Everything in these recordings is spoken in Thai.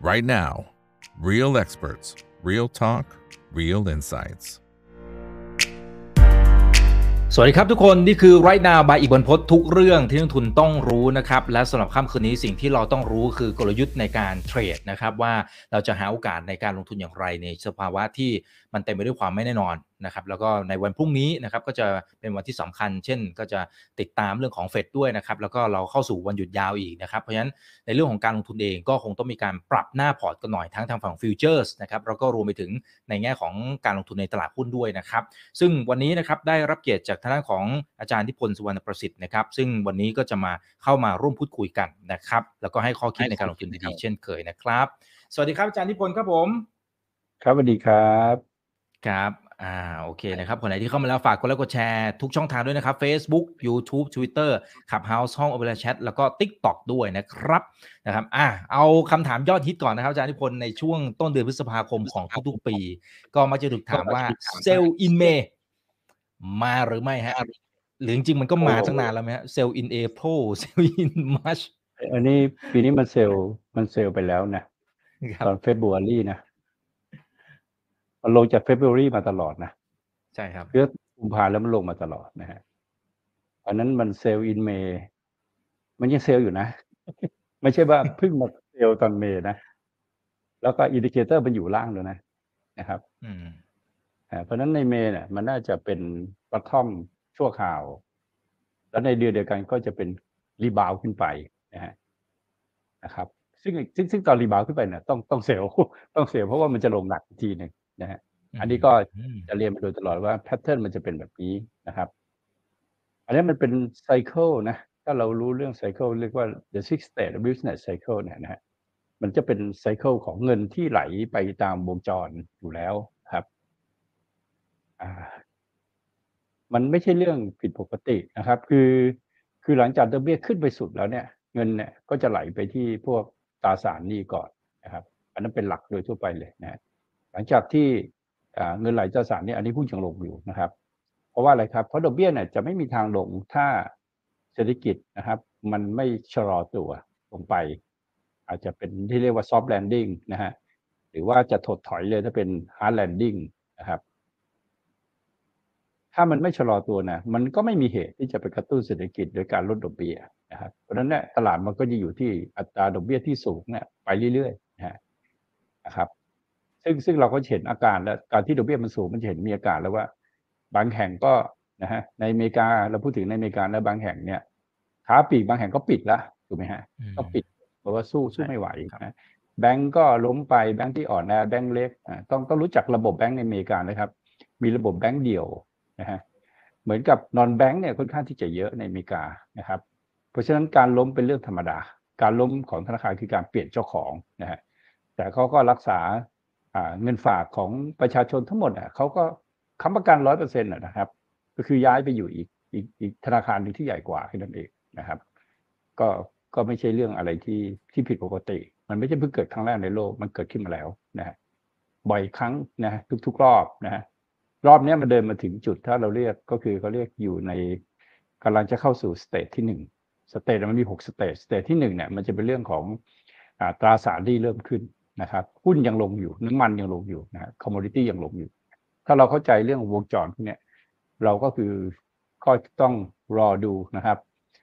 right now. Real experts, real talk, real insights. สวัสดีครับทุกคนนี่คือ Right Now by อีกบรรพตทุกเรื่องที่นักทุนต้องรู้นะครับและสำหรับค่ำคืนนี้สิ่งที่เราต้องรู้คือกลยุทธ์ในการเทรดนะครับว่าเราจะหาโอกาสในการลงทุนอย่างไรในสภาวะที่มันเต็มไปด้วยความไม่แน่นอนนะครับแล้วก็ในวันพรุ่งนี้นะครับก็จะเป็นวันที่สำคัญเช่นก็จะติดตามเรื่องของเฟดด้วยนะครับแล้วก็เราเข้าสู่วันหยุดยาวอีกนะครับเพราะฉะนั้นในเรื่องของการลงทุนเองก็คงต้องมีการปรับหน้าพอร์ตกันหน่อยทั้งทางฝั่งฟิวเจอร์สนะครับแล้วก็รวมไปถึงในแง่ของการลงทุนในตลาดหุ้นด้วยนะครับซึ่งวันนี้นะครับได้รับเกียรติจากทางด้านของอาจารย์นิพนธ์สุวรรณประสิทธิ์นะครับซึ่งวันนี้ก็จะมาเข้ามาร่วมพูดคุยกันนะครับแล้วก็ให้ข้อคิดในการลงทุนดีๆเช่นเคยนะครับสวัสดีครับอาจารย์นิพนธ์ครับผมครับสวัสดีครับครับโอเคนะครับคนไหนที่เข้ามาแล้วฝากกดไลค์กดแชร์ทุกช่องทางด้วยนะครับ Facebook YouTube Twitter Clubhouse ห้อง Opera Chat แล้วก็ TikTok ด้วยนะครับเอาคำถามยอดฮิตก่อนนะครับอาจารย์นิพนธ์ในช่วงต้นเดือนพฤษภาคมของทุกๆปีก็มักจะถูกถามว่า Sell in May มาหรือไม่ฮะหรือจริงๆมันก็มาตั้งนานแล้วไหมฮะ Sell in April Sell in March อันนี้ปีนี้มันเซลล์ไปแล้วนะตอน February นะมันลงจาก February มาตลอดนะใช่ครับเพื่อกุมภาแล้วมันลงมาตลอดนะฮะอันนั้นมันเซลล์ in May มันยังเซลล์อยู่นะ ไม่ใช่ว่าเพิ่งมาเซลล์ตอนเมย์นะแล้วก็อินดิเคเตอร์มันอยู่ล่างเลยนะครับเพราะนั้นในเมย์เนี่ยมันน่าจะเป็นบอททอมชั่วคราวแล้วในเดือนเดียวกันก็จะเป็นรีบาวขึ้นไปนะครับซึ่งตอนรีบาวขึ้นไปเนี่ยต้องเซลล์เพราะว่ามันจะลงหนักอีกทีนึงนะฮะอันนี้ก็จะเรียนมาโดยตลอดว่าแพทเทิร์นมันจะเป็นแบบนี้นะครับอันนี้มันเป็นไซเคิลนะถ้าเรารู้เรื่องไซเคิลเรียกว่า the six state business cycle เนี่ยนะฮะมันจะเป็นไซเคิลของเงินที่ไหลไปตามวงจรอยู่แล้วครับมันไม่ใช่เรื่องผิดปกตินะครับคือหลังจากดอกเบี้ยขึ้นไปสุดแล้วเนี่ยเงินเนี่ยก็จะไหลไปที่พวกตราสารหนี้ก่อนนะครับอันนั้นเป็นหลักโดยทั่วไปเลยนะหลังจากที่เงินไหลตราสารเนี่ยอันนี้หุ้นยังลงอยู่นะครับเพราะว่าอะไรครับเพราะดอกเบี้ยเนี่ยจะไม่มีทางลงถ้าเศรษฐกิจนะครับมันไม่ชะลอตัวลงไปอาจจะเป็นที่เรียกว่า soft landing นะฮะหรือว่าจะถดถอยเลยถ้าเป็น hard landing นะครับถ้ามันไม่ชะลอตัวนะมันก็ไม่มีเหตุที่จะไปกระตุ้นเศรษฐกิจโดยการลดดอกเบี้ยนะครับเพราะฉะนั้นเนี่ยตลาดมันก็จะอยู่ที่อัตราดอกเบี้ยที่สูงเนี่ยไปเรื่อยๆนะครับซึ่งเราก็เห็นอาการแล้วการที่ดอกเบี้ยมันสูงมันจะเห็นมีอาการแล้วว่าบางแห่งก็นะฮะในอเมริกาเราพูดถึงในอเมริกาแล้วบางแห่งเนี่ยค้าปลีกบางแห่งก็ปิดแล้วถูกไหมฮะก็ปิดเพราะว่าสู้ไม่ไหวนะแบงก์ก็ล้มไปแบงก์ที่อ่อนแอแบงก์เล็กต้องรู้จักระบบแบงก์ในอเมริกานะครับมีระบบแบงก์เดี่ยวนะฮะเหมือนกับนอนแบงก์เนี่ยค่อนข้างที่จะเยอะในอเมริกานะครับเพราะฉะนั้นการล้มเป็นเรื่องธรรมดาการล้มของธนาคารคือการเปลี่ยนเจ้าของนะฮะแต่เขาก็รักษาเงินฝากของประชาชนทั้งหมดเขาก็ค้ำประกัน 100% นะครับก็คือย้ายไปอยู่อีกธนาคารหนึ่งที่ใหญ่กว่าแค่นั้นเองนะครับก็ไม่ใช่เรื่องอะไรที่ผิดปกติมันไม่ใช่เพิ่งเกิดครั้งแรกในโลกมันเกิดขึ้นมาแล้วนะฮะบ่อยครั้งนะทุกรอบนะฮะรอบนี้มันเดินมาถึงจุดถ้าเราเรียกก็คือเขาเรียกอยู่ในกำลังจะเข้าสู่สเตจที่1สเตจมันมี6สเตจที่1เนี่ยมันจะเป็นเรื่องของตราสารที่เริ่มขึ้นนะครับหุ้นยังลงอยู่น้ำมันยังลงอยู่นะคอมมอดิตี้ยังลงอยู่ถ้าเราเข้าใจเรื่องวงจรพวกนี้เราก็คือก็ต้องรอดูนะครับ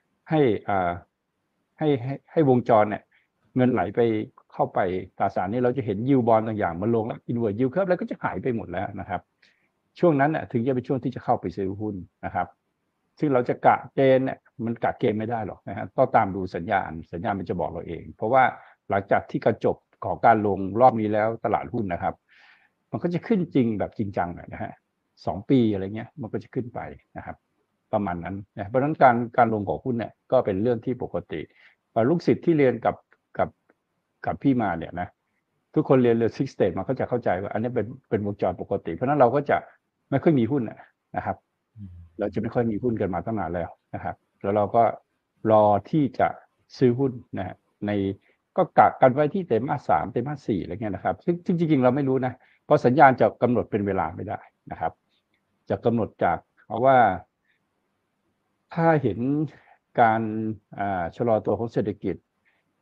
ให้วงจรเนี่ยเงินไหลไปเข้าไปตราสารนี้เราจะเห็นยิวบอลต่างอย่างมันลงแล้วอินเวอร์ยิวเคิร์ฟแล้วก็จะหายไปหมดแล้วนะครับช่วงนั้นถึงจะเป็นช่วงที่จะเข้าไปซื้อหุ้นนะครับซึ่งเราจะกะเกณฑ์เนี่ยมันกะเกณฑ์ไม่ได้หรอกนะฮะต้องตามดูสัญญาณมันจะบอกเราเองเพราะว่าหลังจากที่กระจบของการลงรอบนี้แล้วตลาดหุ้นนะครับมันก็จะขึ้นจริงแบบจริงจังนะฮะ2 ปีอะไรเงี้ยมันก็จะขึ้นไปนะครับประมาณนั้นนะเพราะฉะนั้นการลงของหุ้นเนี่ยก็เป็นเรื่องที่ปกติลูกศิษย์ที่เรียนกับพี่มาเนี่ยนะทุกคนเรียนsix stageมาก็จะเข้าใจว่าอันนี้เป็นวงจรปกติเพราะนั้นเราก็จะไม่ค่อยมีหุ้นนะครับเราจะไม่ค่อยมีหุ้นกันมาตั้งนานแล้วนะครับแล้วเราก็รอที่จะซื้อหุ้นนะฮะในก็กะกันไว้ที่ไตรมาส 3ไตรมาส 4อะไรเงี้ยนะครับซึ่งจริงๆเราไม่รู้นะเพราะสัญญาณจะกำหนดเป็นเวลาไม่ได้นะครับจะกำหนดจากเพราะว่าถ้าเห็นการชะลอตัวของเศรษฐกิจ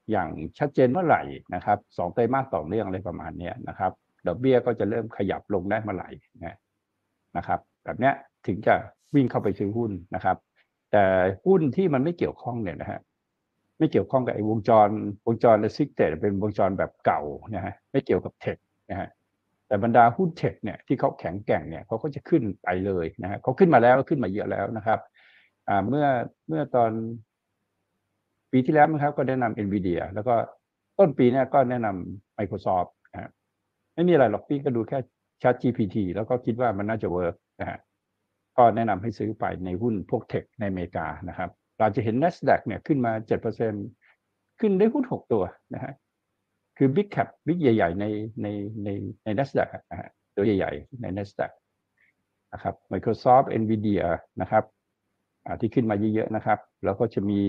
อย่างชัดเจนเมื่อไหร่นะครับ2ไตรมาสต่อเนื่องอะไรประมาณนี้นะครับดอกเบี้ยก็จะเริ่มขยับลงได้เมื่อไหร่นะครับแบบเนี้ยถึงจะวิ่งเข้าไปซื้อหุ้นนะครับแต่หุ้นที่มันไม่เกี่ยวข้องเนี่ยนะฮะไม่เกี่ยวข้องกับไอ้วงจรซิกเตดเป็นวงจรแบบเก่านะฮะไม่เกี่ยวกับเทคนะฮะแต่บรรดาหุ้นเทคเนี่ยที่เขาแข็งแกร่งเนี่ยเขาก็จะขึ้นไปเลยนะฮะเขาขึ้นมาแล้วขึ้นมาเยอะแล้วนะครับเมื่อตอนปีที่แล้วนะครับก็แนะนำ NVIDIA แล้วก็ต้นปีนี้ก็แนะนำ Microsoft นะฮะไม่มีอะไรหรอกพี่ก็ดูแค่ ChatGPT แล้วก็คิดว่ามันน่าจะเวิร์กนะฮะก็แนะนำให้ซื้อไปในหุ้นพวกเทคในอเมริกานะครับเราจะเห็น NASDAQ เนี่ยขึ้นมา 7% ขึ้นได้หุ้น6ตัวนะฮะคือ Big Cap Big ใหญ่ๆใน NASDAQ นะฮะตัวใหญ่ๆใน NASDAQ นะครับ Microsoft NVIDIA นะครับที่ขึ้นมาเยอะๆนะครับแล้วก็จะมี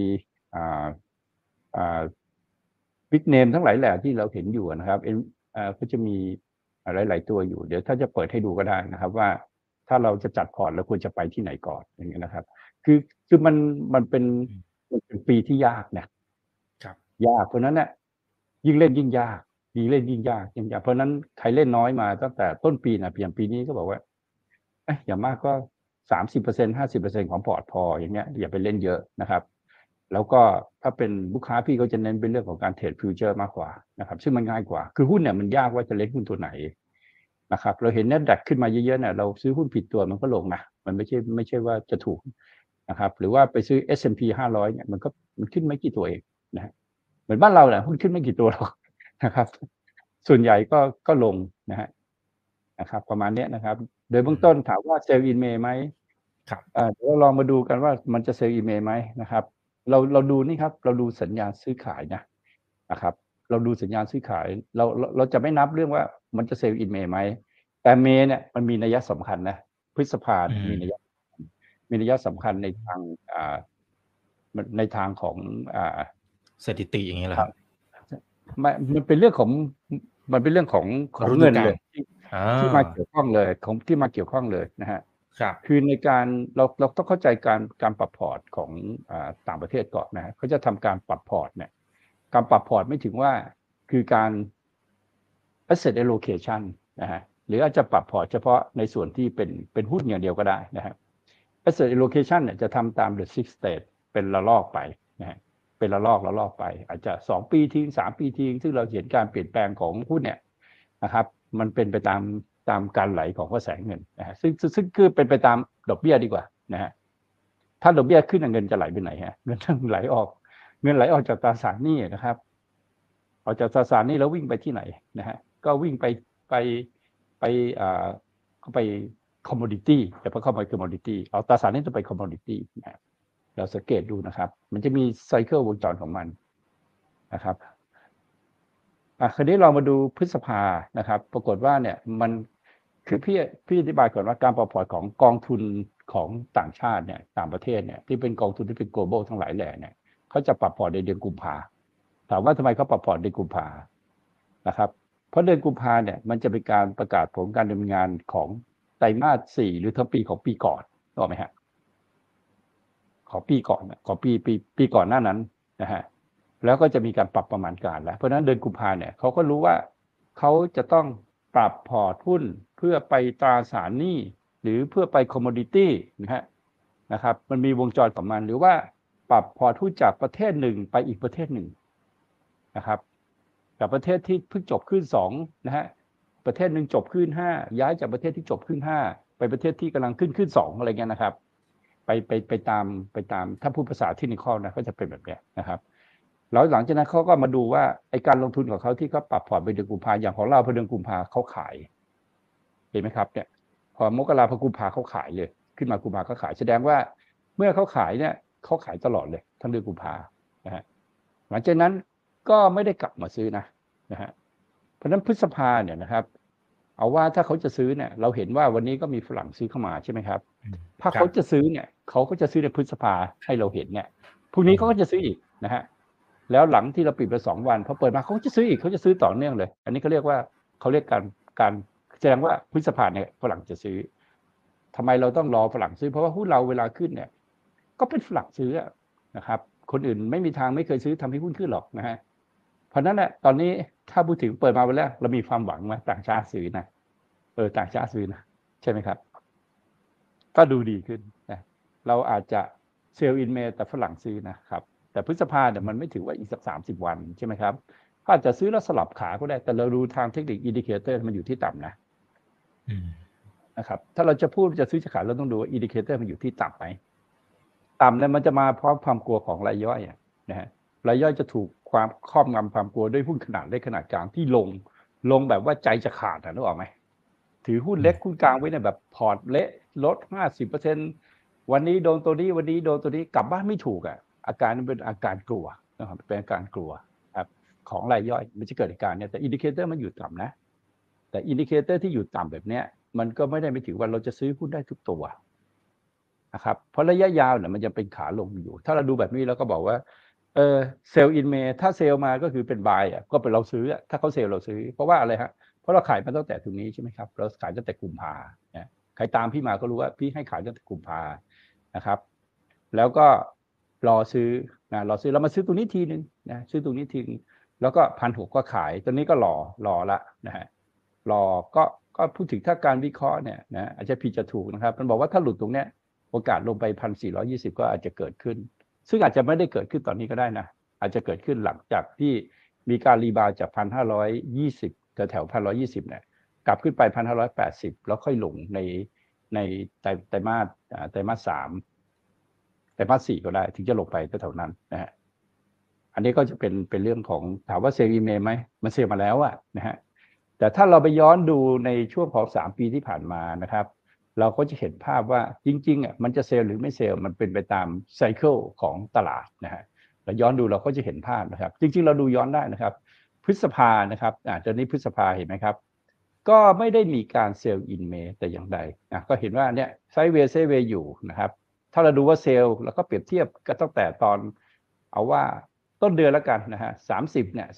บิ๊กเนมทั้งหลายแหล่ที่เราเห็นอยู่นะครับก็จะมีหลายๆตัวอยู่เดี๋ยวถ้าจะเปิดให้ดูก็ได้นะครับว่าถ้าเราจะจัดพอร์ตเราควรจะไปที่ไหนก่อนอย่างนี้นะครับคือมันเป็นปีที่ยากนะครับยากเพราะนั้นเนี่ยยิ่งเล่นยิ่งยากยิ่งเล่นยิ่งยากเพราะนั้นใครเล่นน้อยมาตั้งแต่ต้นปีนะอย่างปีนี้ก็บอกว่าอย่างมากก็ 30% 50% ของพอร์ตพออย่างเงี้ยอย่าไปเล่นเยอะนะครับแล้วก็ถ้าเป็นลูกค้าพี่ก็จะเน้นเป็นเรื่องของการเทรดฟิวเจอร์มากกว่านะครับซึ่งมันง่ายกว่าคือหุ้นเนี่ยมันยากว่าจะเล่นหุ้นตัวไหนนะครับเราเห็น NASDAQ ขึ้นมาเยอะๆเนี่ยเราซื้อหุ้นผิดตัวมันก็ลงนะมันไม่ใช่ว่าจะถูกนะครับหรือว่าไปซื้อ S&P 500เนี่ยมันขึ้นไม่กี่ตัวเองนะฮะเหมือนบ้านเราแหละหุ้นขึ้นไม่กี่ตัวหรอกนะครับส่วนใหญ่ก็ลงนะครับประมาณนี้นะครับโดยเบื้องต้นถามว่าเซลล์อินเมย์ไหมครับเดี๋ยวเราลองมาดูกันว่ามันจะเซลล์อินเมย์ไหมนะครับเราดูนี่ครับเราดูสัญญาณซื้อขายนะครับเราดูสัญญาณซื้อขายเราจะไม่นับเรื่องว่ามันจะเซลล์อินเมย์ไหมแต่เมย์เนี่ยมันมีนัยสำคัญนะพฤษภามีนัยสำคัญในทางของสถิติอย่างนี้แหละครับมันเป็นเรื่องของเงินเลยที่มาเกี่ยวข้องเลยที่มาเกี่ยวข้องเลยนะฮะคือในการเราต้องเข้าใจการปรับพอร์ตของต่างประเทศก่อนนะเขาจะทำการปรับพอร์ตเนี่ยการปรับพอร์ตไม่ถึงว่าคือการ asset allocation นะฮะหรืออาจจะปรับพอร์ตเฉพาะในส่วนที่เป็นหุ้นอย่างเดียวก็ได้นะฮะ asset allocation เนี่ยจะทำตาม the six stage เป็นระลอกไปนะฮะเป็นระลอกไปอาจจะ2 ปีทิ้ง3 ปีทิ้งซึ่งเราเห็นการเปลี่ยนแปลงของหุ้นเนี่ยนะครับมันเป็นไปตามการไหลของกระแสเงินนะฮะซึ่งคือเป็นไปตามดอกเบี้ยดีกว่านะฮะถ้าดอกเบี้ยขึ้นเงินจะไหลไปไหนฮะเงินไหลออกจากตราสารหนี้นะครับออกจากตราสารหนี้แล้ววิ่งไปที่ไหนนะฮะก็วิ่งไปเข้าไปคอมโมดิตี้แต่พอเข้าไปคอมโมดิตี้เอาตราสารหนี้จะไปคอมโมดิตี้นะเราสังเกตดูนะครับมันจะมีไซเคิลวงจรของมันนะครับคราวนี้เรามาดูพฤษภานะครับปรากฏว่าเนี่ยมันคือพี่อธิบายก่อนว่าการปรับพอร์ตของกองทุนของต่างชาติเนี่ยต่างประเทศเนี่ยที่เป็นกองทุนที่เป็น global ทั้งหลายแหล่เนี่ยเขาจะปรับพอร์ตในเดือนกุมภาถามว่าทำไมเขาปรับพอร์ตในกุมภานะครับเพราะเดือนกุมภาเนี่ยมันจะเป็นการประกาศผลการดำเนินงานของไตรมาส 4หรือทั้งปีของปีก่อนถูกไหมฮะของปีก่อนของปีก่อนหน้านั้นนะฮะแล้วก็จะมีการปรับประมาณการแล้วเพราะฉะนั้นเดือนกุมภาเนี่ยเขาก็รู้ว่าเขาจะต้องปรับพอร์ตหุ้นเพื่อไปตราสารหนี้หรือเพื่อไปคอมมอดิตี้นะครับมันมีวงจรของมันหรือว่าปรับพอร์ตหุ้นจากประเทศหนึ่งไปอีกประเทศหนึ่งนะครับกับประเทศที่เพิ่งจบขึ้น2นะฮะประเทศหนึ่งจบขึ้น5ย้ายจากประเทศที่จบขึ้น5ไปประเทศที่กำลังขึ้น2อะไรเงี้ยนะครับไปตามถ้าพูดภาษาเทคนิคอลนะก็จะเป็นแบบนี้นะครับแล้วหลังจากนั้นเขาก็มาดูว่าไอ้การลงทุนของเขาที่เขาปรับพอร์ตไปเดือนกุมภาอย่างของเราพอเดือนกุมภาเขาขายเห็นไหมครับเนี่ยพอมกราคมกุมภาเขาขายเลยขึ้นมากุมภาเขาขายแสดงว่าเมื่อเขาขายเนี่ยเขาขายตลอดเลยทั้งเดือนกุมภานะฮะหลังจากนั้นก็ไม่ได้กลับมาซื้อนะฮะเพราะฉะนั้นพฤษภาเนี่ยนะครับเอาว่าถ้าเขาจะซื้อเนี่ยเราเห็นว่าวันนี้ก็มีฝรั่งซื้อเข้ามาใช่ไหมครับถ้าเขาจะซื้อเนี่ยเขาก็จะซื้อในพฤษภาให้เราเห็นเนี่ยพรุ่งนี้เขาก็จะซื้ออีกนะฮะแล้วหลังที่เราปิดไป2 วันพอเปิดมาเขาจะซื้ออีกเขาจะซื้อต่อเนื่องเลยอันนี้เขาเรียกการแสดงว่าพฤษภาเนี่ยฝรั่งจะซื้อทำไมเราต้องรอฝรั่งซื้อเพราะว่าหุ้นเราเวลาขึ้นเนี่ยก็เป็นฝรั่งซื้อนะครับคนอื่นไม่มีทางไม่เคยซื้อทำให้หุ้นขึ้นหรอกนะฮะราะนั้นแหละตอนนี้ถ้าพูดถึงเปิดมาไปแล้วเรามีความหวังว่าต่างชาติซื้อนะต่างชาติซื้อนะใช่ไหมครับก็ดูดีขึ้นนะเราอาจจะเซลล์อินเมย์แต่ฝรั่งซื้อนะครับแต่พฤษภาเนี่ยมันไม่ถือว่าอีกสัก30 วันใช่ไหมครับก็อาจจะซื้อแล้วสลับขาก็ได้แต่เราดูทางเทคนิคอินดิเคเตอร์มันอยู่ที่ต่ำนะครับถ้าเราจะพูดจะซื้อจะขายเราต้องดูว่าอินดิเคเตอร์มันอยู่ที่ต่ำไหมต่ำเนี่ยมันจะมาพร้อมความกลัวของรายย่อยนะฮะรายย่อยจะถูกความครอบงำความกลัวด้วยหุ้นขนาดเล็กขนาดกลางที่ลงแบบว่าใจจะขาดนึกออกไหมถือหุ้นเล็กหุ้นกลางไว้เนี่ยแบบพอร์ตเละลด 50% วันนี้โดนตัวนี้วันนี้โดนตัวนี้กลับบ้านไม่ถูกอาการมันเป็นอาการกลัวนะครับเป็นอาการกลัวครับของรายย่อยมันจะเกิดอาการเนี่ยแต่อินดิเคเตอร์มันอยู่ต่ำนะแต่อินดิเคเตอร์ที่อยู่ต่ำแบบเนี้ยมันก็ไม่ได้ไปถือว่าเราจะซื้อหุ้นได้ทุกตัวนะครับเพราะระยะยาวเนี่ยมันจะเป็นขาลงอยู่ถ้าเราดูแบบนี้เราก็บอกว่าเซลล์อินเมย์ถ้าเซลล์มาก็คือเป็นบายก็เป็นเราซื้อถ้าเขาเซลล์เราซื้อเพราะว่าอะไรฮะเพราะเราขายมาตั้งแต่ตรงนี้ใช่ไหมครับเราขายตั้งแต่กุมภาใครตามพี่มาก็รู้ว่าพี่ให้ขายตั้งแต่กุมภานะครับแล้วก็รอซื้อเรามาซื้อตรงนี้ทีนึงนะซื้อตรงนี้ทีนึงแล้วก็1,600ก็ขายตอนนี้ก็รอละนะฮะรอก็พูดถึงถ้าการวิเคราะห์เนี่ยนะอาจจะผิดจะถูกนะครับมันบอกว่าถ้าหลุดตรงเนี้ยโอกาสลงไป 1,420 ก็อาจจะเกิดขึ้นซึ่งอาจจะไม่ได้เกิดขึ้นตอนนี้ก็ได้นะอาจจะเกิดขึ้นหลังจากที่มีการรีบาวจาก 1,520 แถว 1,120 เนี่ยกลับขึ้นไป 1,580 แล้วค่อยลงในไตรมาส 3ไตรมาส 4ก็ได้ถึงจะลงไปแถวนั้นนะฮะอันนี้ก็จะเป็นเรื่องของถามว่าเซลล์อีเมลไหมมันเซลล์มาแล้วนะฮะแต่ถ้าเราไปย้อนดูในช่วงของ3 ปีที่ผ่านมานะครับเราก็จะเห็นภาพว่าจริงๆมันจะเซลล์หรือไม่เซลล์มันเป็นไปตามไซเคิลของตลาดนะฮะเราย้อนดูเราก็จะเห็นภาพนะครับจริงๆเราดูย้อนได้นะครับพฤษภานะครับตอนนี้พฤษภาเห็นไหมครับก็ไม่ได้มีการเซลล์อินเมย์แต่อย่างใดก็เห็นว่าเนี่ยไซด์เวย์อยู่นะครับถ้าเราดูว่าเซลล์แล้วก็เปรียบเทียบก็ตั้งแต่ตอนเอาว่าต้นเดือนแล้วกันนะฮะ30เนี่ย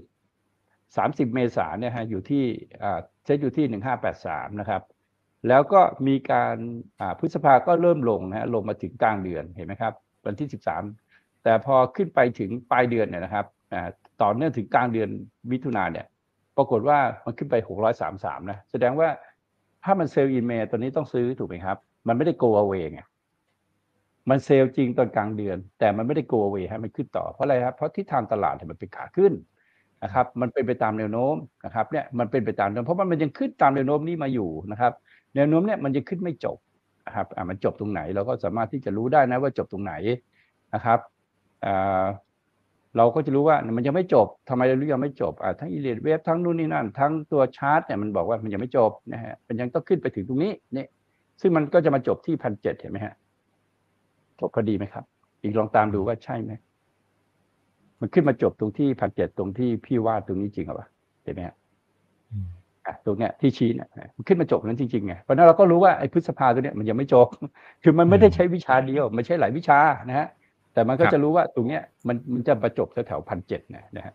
30 เมษายนเนี่ยฮะอยู่ที่เซ็ตอยู่ที่1583นะครับแล้วก็มีการพฤษภาก็เริ่มลงนะฮะลงมาถึงกลางเดือนเห็นไหมครับวันที่13แต่พอขึ้นไปถึงปลายเดือนเนี่ยนะครับต่อเนื่องถึงกลางเดือนมิถุนายนเนี่ยปรากฏว่ามันขึ้นไป633นะแสดงว่าถ้ามันเซลล์อินเมย์ตัวนี้ต้องซื้อถูกไหมครับมันไม่ได้ go away ไงมันเซลล์จริงตอนกลางเดือนแต่มันไม่ได้ go away ให้มันขึ้นต่อเพราะอะไรครับเพราะทิศทางตลาดมันเป็นขาขึ้นนะครับมันเป็นไปตามแนวโน้มนะครับเนี่ยมันเป็นไปตามแนวโน้มเพราะมันยังขึ้นตามแนวโน้มนี้มาอยู่นะครับแนวโน้มเนี่ยมันจะขึ้นไม่จบนะครับมันจบตรงไหนเราก็สามารถที่จะรู้ได้นะว่าจบตรงไหนนะครับเราก็จะรู้ว่ามันยังไม่จบทำไมเรารู้ยังไม่จบทั้งอีเลียดเวฟทั้งนู่นนี่นั่นทั้งตัวชาร์ตเนี่ยมันบอกว่ามันยังไม่จบนะฮะมันยังต้องขึ้นไปถึงตรงนี้นี่ซึ่งมันก็จะมาจบที่1,700เห็นไหมฮะจบพอดีไหมครับอีกลองตามดูว่าใช่ไหมมันขึ้นมาจบตรงที่1,700ตรงที่พี่ว่าตรงนี้จริงหรือเปล่าเห็นไหมฮะตรงเนี้ยที่ชี้เนี่ยมันขึ้นมาจบนั้นจริงๆไงเพราะนั้นเราก็รู้ว่าไอ้พฤษภาตัวเนี้ยมันยังไม่จบคือมันไม่ได้ใช้วิชาเดียวมันใช้หลายวิชานะฮะแต่มันก็จะรู้ว่าตรงเนี้ยมันจะประจบแถว1,700นะฮะ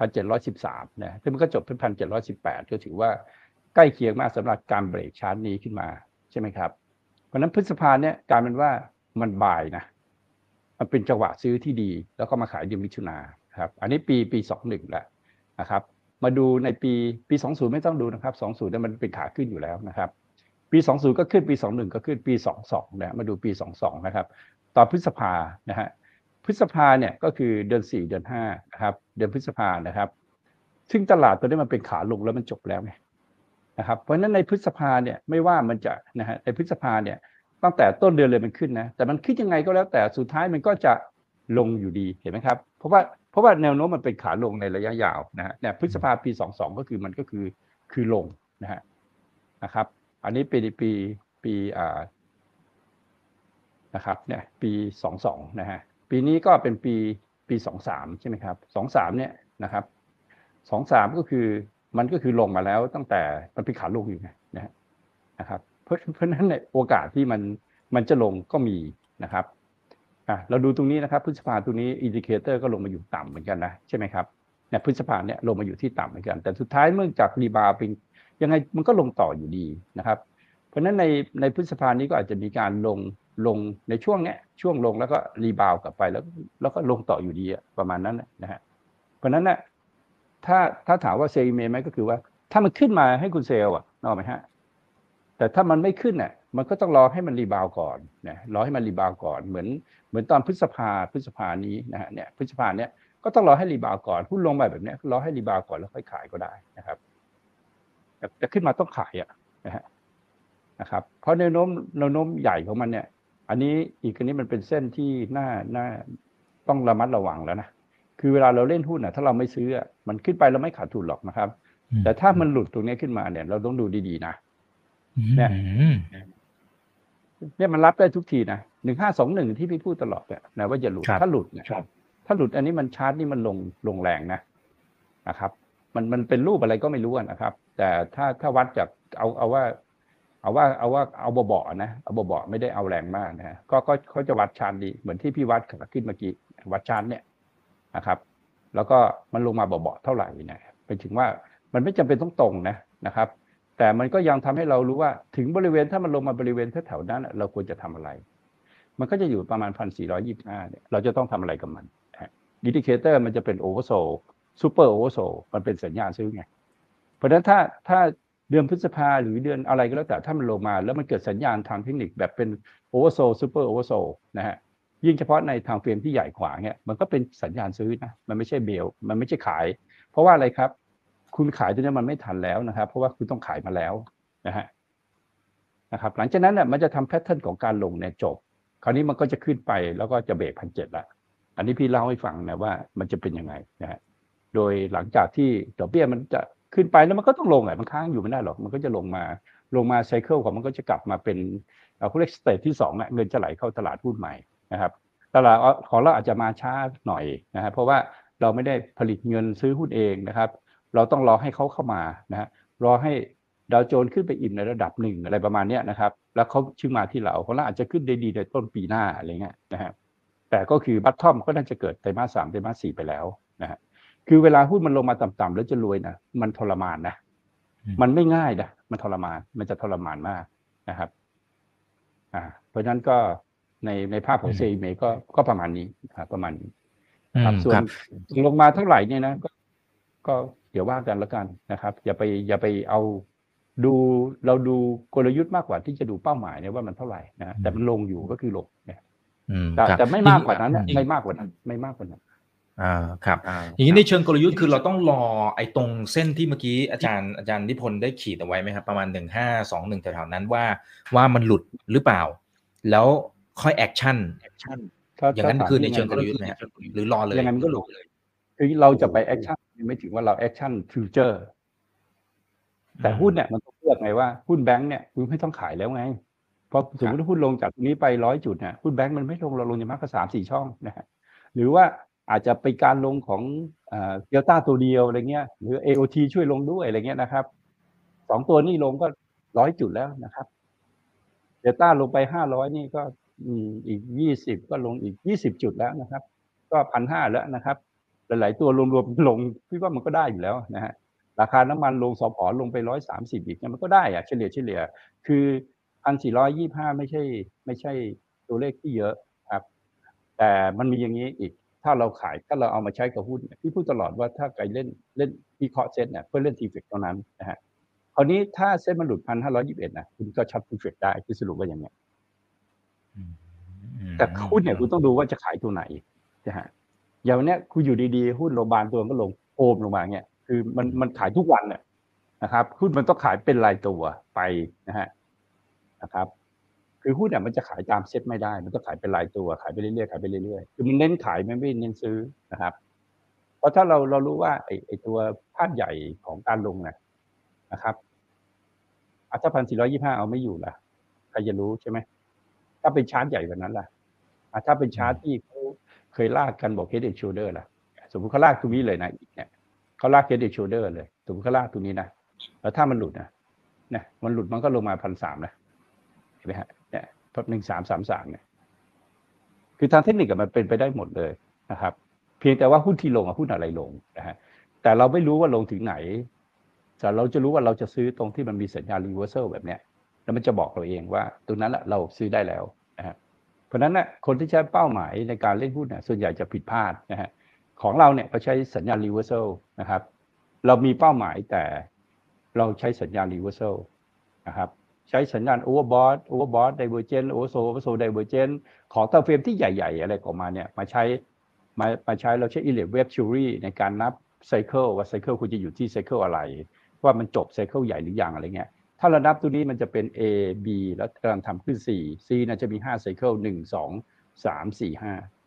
1,713นะซึ่งมันก็จบที่1,718ก็ถือว่าใกล้เคียงมากสำหรับการเบรกชาร์ตนี้ขึ้นมาใช่ไหมครับเพราะนั้นพฤษภาเนี่ยกลายเป็นว่ามันบ่ายนะมันเป็นจังหวะซื้อที่ดีแล้วก็มาขายเดือนมิถุนายนครับอันนี้ปี21แล้วนะครับมาดูในปี20ไม่ต้องดูนะครับ20เนี่ยมันเป็นขาขึ้นอยู่แล้วนะครับปี20ก็ขึ้นปี21ก็ขึ้นปี22นะมาดูปี22นะครับตอนพฤษภานะฮะพฤษภาเนี่ยก็คือเดือน4เดือน5นะครับเดือนพฤษภานะครับซึ่งตลาดตัวนี้มันเป็นขาลงแล้วมันจบแล้วไงนะครับเพราะฉะนั้นในพฤษภาเนี่ยไม่ว่ามันจะนะฮะในพฤษภาเนี่ยตั้งแต่ต้นเดือนเลยมันขึ้นนะแต่มันขึ้นยังไงก็แล้วแต่สุดท้ายมันก็จะลงอยู่ดีเห็นไหมครับเพราะว่าแนวโน้มมันเป็นขาลงในระยะยาวนะฮะเนี่ยพฤษภาปี22ก็คือมันก็คือลงนะครับอันนี้ปีนะครับเนี่ยปี22นะฮะปีนี้ก็เป็นปี23ใช่ไหมครับ23เนี่ยนะครับ23ก็คือมันก็คือลงมาแล้วตั้งแต่มันเป็นขาลงอยู่นะครับเพราะฉะนั้นในโอกาสที่มันจะลงก็มีนะครับเราดูตรงนี้นะครับพฤษภาตรงนี้อินดิเคเตอร์ก็ลงมาอยู่ต่ำเหมือนกันนะใช่ไหมครับเนี่ยพฤษภาเนี่ยลงมาอยู่ที่ต่ำเหมือนกันแต่สุดท้ายเมื่อจากรีบาวเป็นยังไงมันก็ลงต่ออยู่ดีนะครับเพราะฉะนั้นในพฤษภานี้ก็อาจจะมีการลงในช่วงเนี้ยช่วงลงแล้วก็รีบาวกลับไปแล้วก็ลงต่ออยู่ดีประมาณนั้นนะฮะเพราะฉะนั้นถ้าถามว่าเซลล์อีเมลไหมก็คือว่าถ้ามันขึ้นมาให้คุณเซลล์นึกออกไหมฮะแต่ถ้ามันไม่ขึ้นมันก็ต้องรอให้มันรีบาวก่อนนะรอให้มันรีบาวก่อนเหมือนตอนพฤษภานี้นะฮะเนี่ยพฤษภาเนี่ยก็ต้องรอให้รีบาวก่อนหุ้นลงไปแบบนี้รอให้รีบาวก่อนแล้วค่อยขายก็ได้นะครับแต่ขึ้นมาต้องขายนะครับเพราะแนวโน้มใหญ่ของมันเนี่ยอันนี้มันเป็นเส้นที่น่าต้องระมัดระวังแล้วนะคือเวลาเราเล่นหุ้นถ้าเราไม่ซื้อมันขึ้นไปเราไม่ขาดทุนหรอกนะครับแต่ถ้ามันหลุดตรงนี้ขึ้นมาเนี่ยเราต้องดูดีๆนะเนี่ยมันรับได้ทุกทีนะ1521ที่พี่พูดตลอดนะว่าอย่าหลุดถ้าหลุดเนี่ยถ้าหลุดอันนี้มันชาร์ตนี่มันลงแรงนะครับมันเป็นรูปอะไรก็ไม่รู้นะครับแต่ถ้าวัดจากเอาเบาๆนะเอาเบาๆไม่ได้เอาแรงมากนะก็เขาจะวัดชาร์ตดีเหมือนที่พี่วัดขึ้นเมื่อกี้วัดชาร์ตเนี่ยนะครับแล้วก็มันลงมาเบาๆเท่าไหร่เนี่ยไปถึงว่ามันไม่จำเป็นต้องตรงนะครับแต่มันก็ยังทำให้เรารู้ว่าถึงบริเวณถ้ามันลงมาบริเวณแถวๆนั้นเราควรจะทำอะไรมันก็จะอยู่ประมาณ 1,425 เนี่ยเราจะต้องทำอะไรกับมันอินดิเคเตอร์มันจะเป็นโอเวอร์โซลซูเปอร์โอเวอร์โซลมันเป็นสัญญาณซื้อไงเพราะฉะนั้นถ้าเดือนพฤษภาหรือเดือนอะไรก็แล้วแต่ถ้ามันลงมาแล้วมันเกิดสัญญาณทางเทคนิคแบบเป็นโอเวอร์โซลซูเปอร์โอเวอร์โซลนะฮะยิ่งเฉพาะในทางเฟรมที่ใหญ่กว่าเนี่ยมันก็เป็นสัญญาณซื้อนะมันไม่ใช่เบลมันไม่ใช่ขายเพราะว่าอะไรครับคุณขายตัวนี้มันไม่ทันแล้วนะครับเพราะว่าคุณต้องขายมาแล้วนะครับหลังจากนั้นมันจะทำแพทเทิร์นของการลงเนี่ยจบคราวนี้มันก็จะขึ้นไปแล้วก็จะเบรก 1,700 ละอันนี้พี่เล่าให้ฟังนะว่ามันจะเป็นยังไงนะฮะโดยหลังจากที่ดอกเบี้ยมันจะขึ้นไปแล้วมันก็ต้องลงมันค้างอยู่ไม่ได้หรอกมันก็จะลงมาไซเคิลของมันก็จะกลับมาเป็นเขาเรียกสเตจที่2เงินจะไหลเข้าตลาดหุ้นใหม่นะครับตลาดของเราอาจจะมาช้าหน่อยนะฮะเพราะว่าเราไม่ได้ผลิตเงินซื้อหุ้นเองนะครับเราต้องรอให้เขาเข้ามานะฮะรอให้ดาวโจนส์ขึ้นไปอิ่มในระดับ1อะไรประมาณนี้นะครับแล้วเขาชื่อมาที่เราของเราอาจจะขึ้นได้ดีในต้นปีหน้าอะไรเงี้ยนะฮะแต่ก็คือบัตทอมก็น่าจะเกิดไตรมาส 3ไตรมาส 4ไปแล้วนะฮะคือเวลาหุ้นมันลงมาต่ำๆแล้วจะรวยนะมันทรมานนะมันไม่ง่ายนะมันทรมานมันจะทรมานมากนะครับเพราะฉะนั้นก็ในภาพของเซเมก็ประมาณนี้ประมาณนี้ครับส่วนลงมาเท่าไหร่เนี่ยนะก็เดี๋ยวว่ากันแล้วกันนะครับอย่าไปเอาเราดูกลยุทธ์มากกว่าที่จะดูเป้าหมายเนี่ยว่ามันเท่าไหร่นะแต่มันลงอยู่ก็คือลงเนี่ยแต่ไม่มากกว่านั้นไม่มากกว่านั้นครับอย่างนี้ในเชิงกลยุทธ์คือเราต้องรอไอ้ตรงเส้นที่เมื่อกี้อาจารย์นิพนธ์ได้ขีดเอาไว้ไหมครับประมาณ1521แถวๆนั้นว่ามันหลุดหรือเปล่าแล้วค่อยแอคชั่นอย่างนั้นคือในเชิงกลยุทธ์ไหมหรือรอเลยยังไงมันก็หลุดเลยคือเราจะไปแอคชั่นไม่ถึงว่าเราแอคชั่นฟิวเจอร์แต่หุ้นเนี่ยมันต้องเลือกไงว่าหุ้นแบงค์เนี่ยคุณไม่ต้องขายแล้วไงพอสมมติหุ้นลงจากตรงนี้ไป100 จุดเนี่ยหุ้นแบงค์มันไม่ลงเราลงอย่างมากก็3-4 ช่องนะฮะหรือว่าอาจจะเป็นการลงของเดลต้าตัวเดียวอะไรเงี้ยหรือ AOT ช่วยลงด้วยอะไรเงี้ยนะครับ2ตัวนี้ลงก็100 จุดแล้วนะครับเดลต้าลงไป500นี่ก็อีก20ก็ลงอีก20 จุดแล้วนะครับก็ 1,500 แล้วนะครับหลายๆตัวรวมๆลงพี่ว่ามันก็ได้อยู่แล้วนะฮะราคาน้ำมันลงสผ.ลงไป130อีกเนี่ยมันก็ได้เฉลี่ยคือ 1,425 ไม่ใช่ตัวเลขที่เยอะครับแต่มันมีอย่างนี้อีกถ้าเราเอามาใช้กับหุ้นพี่พูดตลอดว่าถ้าใครเล่นวิเคราะห์เซ็ตเนี่ยเพื่อเล่นทีเฟกเท่านั้นนะฮะคราวนี้ถ้าเซ็ตมันหลุด 1,521 นะคุณก็ช็อตทีเฟกได้ที่สรุปว่าอย่างเงี้ยแต่หุ้นเนี่ยคุณต้องดูว่าจะขายตัวไหนนะฮะอย่างเนี้ยคุณอยู่ดีๆหุ้นโรงพยาบาลตัวก็ลงโอมลงมาเงี้ยคือมันขายทุกวันเนี่ยนะครับหุ้นมันต้องขายเป็นรายตัวไปนะครับคือหุ้นเนี่ยมันจะขายตามเซ็ตไม่ได้มันต้องขายเป็นรายตัวขายไปเรื่อยๆคือมันเน้นขายไม่เน้นซื้อนะครับเพราะถ้าเรารู้ว่าไอ้ตัวภาพใหญ่ของการลงนะครับถ้า 1,425 เอาไม่อยู่ล่ะใครจะรู้ใช่ไหมถ้าเป็นชาร์ตใหญ่กว่านั้นล่ะถ้าเป็นชาร์ตที่เขาเคยลากกันบอก Head and Shoulder ล่ะสมมุติเขาลากตรงนี้เลยนะอีกเนี่ยเขาลาก Head and Shoulder เลยสมมุติเขาลากตรงนี้นะแล้วถ้ามันหลุดนะมันหลุดมันก็ลงมา 1,300 นะเห็นไหมฮะเนี่ย1333เนี่ยคือทางเทคนิคมันเป็นไปได้หมดเลยนะครับเพียงแต่ว่าหุ้นที่ลงหุ้นอะไรลงนะฮะแต่เราไม่รู้ว่าลงถึงไหนแต่เราจะรู้ว่าเราจะซื้อตรงที่มันมีสัญญาณ reversal แบบเนี้ยแล้วมันจะบอกเราเองว่าตรงนั้นแหละเราซื้อได้แล้วนะฮะเพราะนั้นนะคนที่ใช้เป้าหมายในการเล่นหุ้นส่วนใหญ่จะผิดพลาดนะฮะของเราเนี่ยเขาใช้สัญญาณ reversal นะครับเรามีเป้าหมายแต่เราใช้สัญญาณ reversal นะครับใช้สัญญาณ overbought divergent oversold divergent ของตัวเฟรมที่ใหญ่ๆอะไรออกมาเนี่ยมาใช้เราใช้ Elliott Wave Theory ในการนับ cycle ว่า cycle คุณจะอยู่ที่ cycle อะไรว่ามันจบ cycle ใหญ่หรือยังอะไรเงี้ยถ้าเรานับตัวนี้มันจะเป็น A B แล้วกำลังทำขึ้น C น่าจะมี5 cycle 1 2 3 4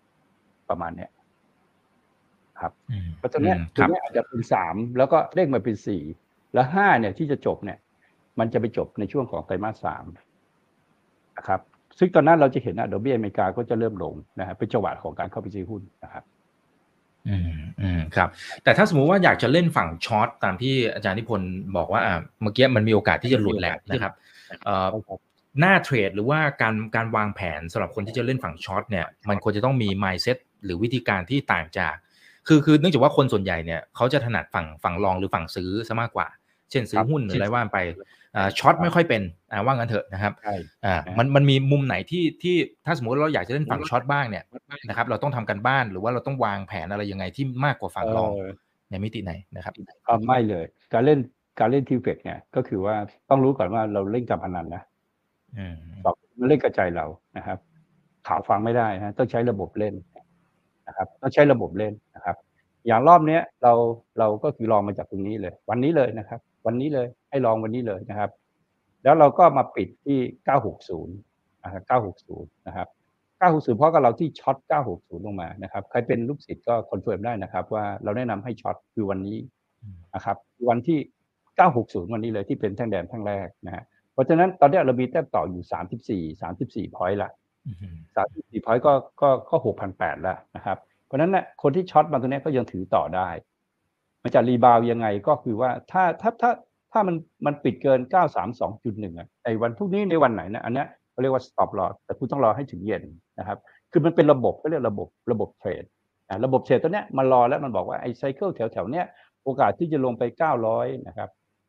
5ประมาณเนี้ยครับเพราะฉะนั้นตัวนี้อาจจะเป็น3แล้วก็เร่งมาเป็น4แล้ว5เนี่ยที่จะจบเนี่ยมันจะไปจบในช่วงของไตรมาส3นะครับซึ่งตอนนั้นเราจะเห็นดอกเบี้ยอเมริกาก็จะเริ่มลงนะครับเป็นจังหวะของการเข้าไปซื้อหุ้นนะครับครับแต่ถ้าสมมุติว่าอยากจะเล่นฝั่งช็อตตามที่อาจารย์นิพนธ์บอกว่าเมื่อกี้มันมีโอกาสที่จะหลุดแหละนะครับหน้าเทรดหรือว่าการวางแผนสำหรับคนที่จะเล่นฝั่งช็อตเนี่ยมันควรจะต้องมี mindset หรือวิธีการที่ต่างจากคือเนื่องจากว่าคนส่วนใหญ่เนี่ยเขาจะถนัดฝั่งลองหรือฝั่งซื้อซะมากกว่าเช่นซื้อหุ้นหรืออะไรว่าไปช็อตไม่ค่อยเป็นว่างั้นเถอะนะครับมันมีมุมไหนที่ถ้าสมมติเราอยากจะเล่นฝั่งช็อตบ้างเนี่ยนะครับเราต้องทำกันบ้านหรือว่าเราต้องวางแผนอะไรยังไงที่มากกว่าฝั่งลองในมิติไหนนะครับไม่เลยการเล่นทีเฟกเนี่ยก็คือว่าต้องรู้ก่อนว่าเราเล่นกับอนันต์นะมันเล่นกระจายเรานะครับข่าวฟังไม่ได้นะต้องใช้ระบบเล่นนะครับต้องใช้ระบบเล่นนะครับอย่างรอบนี้เราก็คือลองมาจากตรงนี้เลยวันนี้เลยนะครับวันนี้เลยให้ลองวันนี้เลยนะครับแล้วเราก็มาปิดที่960นะครับ960นะครับ960เพราะกับเราที่ช็อต960ลงมานะครับใครเป็นลูกศิษย์ก็คอนเฟิร์มได้นะครับว่าเราแนะนำให้ช็อตคือวันนี้นะครับวันที่960วันนี้เลยที่เป็นแท่งแดงแท่งแรกนะฮะเพราะฉะนั้นตอนนี้เรามีแต้มต่ออยู่34 พอยต์ละ34 พอยต์ก็ 6,800 แล้วนะครับเพราะฉะนั้นเนี่ยคนที่ช็อตมาตัวนี้ก็ยังถือต่อได้มันจะรีบาวยังไงก็คือว่าถ้ามันปิดเกิน 932.1 ไอ้วันพรุ่งนี้ในวันไหนนะอันนี้เขาเรียกว่า stop loss แต่คุณต้องรอให้ถึงเย็นนะครับคือมันเป็นระบบก็เรียกระบบเทรดระบบเทรดตัวเนี้ยมันรอแล้วมันบอกว่าไอ้ไซเคิลแถวๆเนี้ยโอกาสที่จะลงไป900นะครับ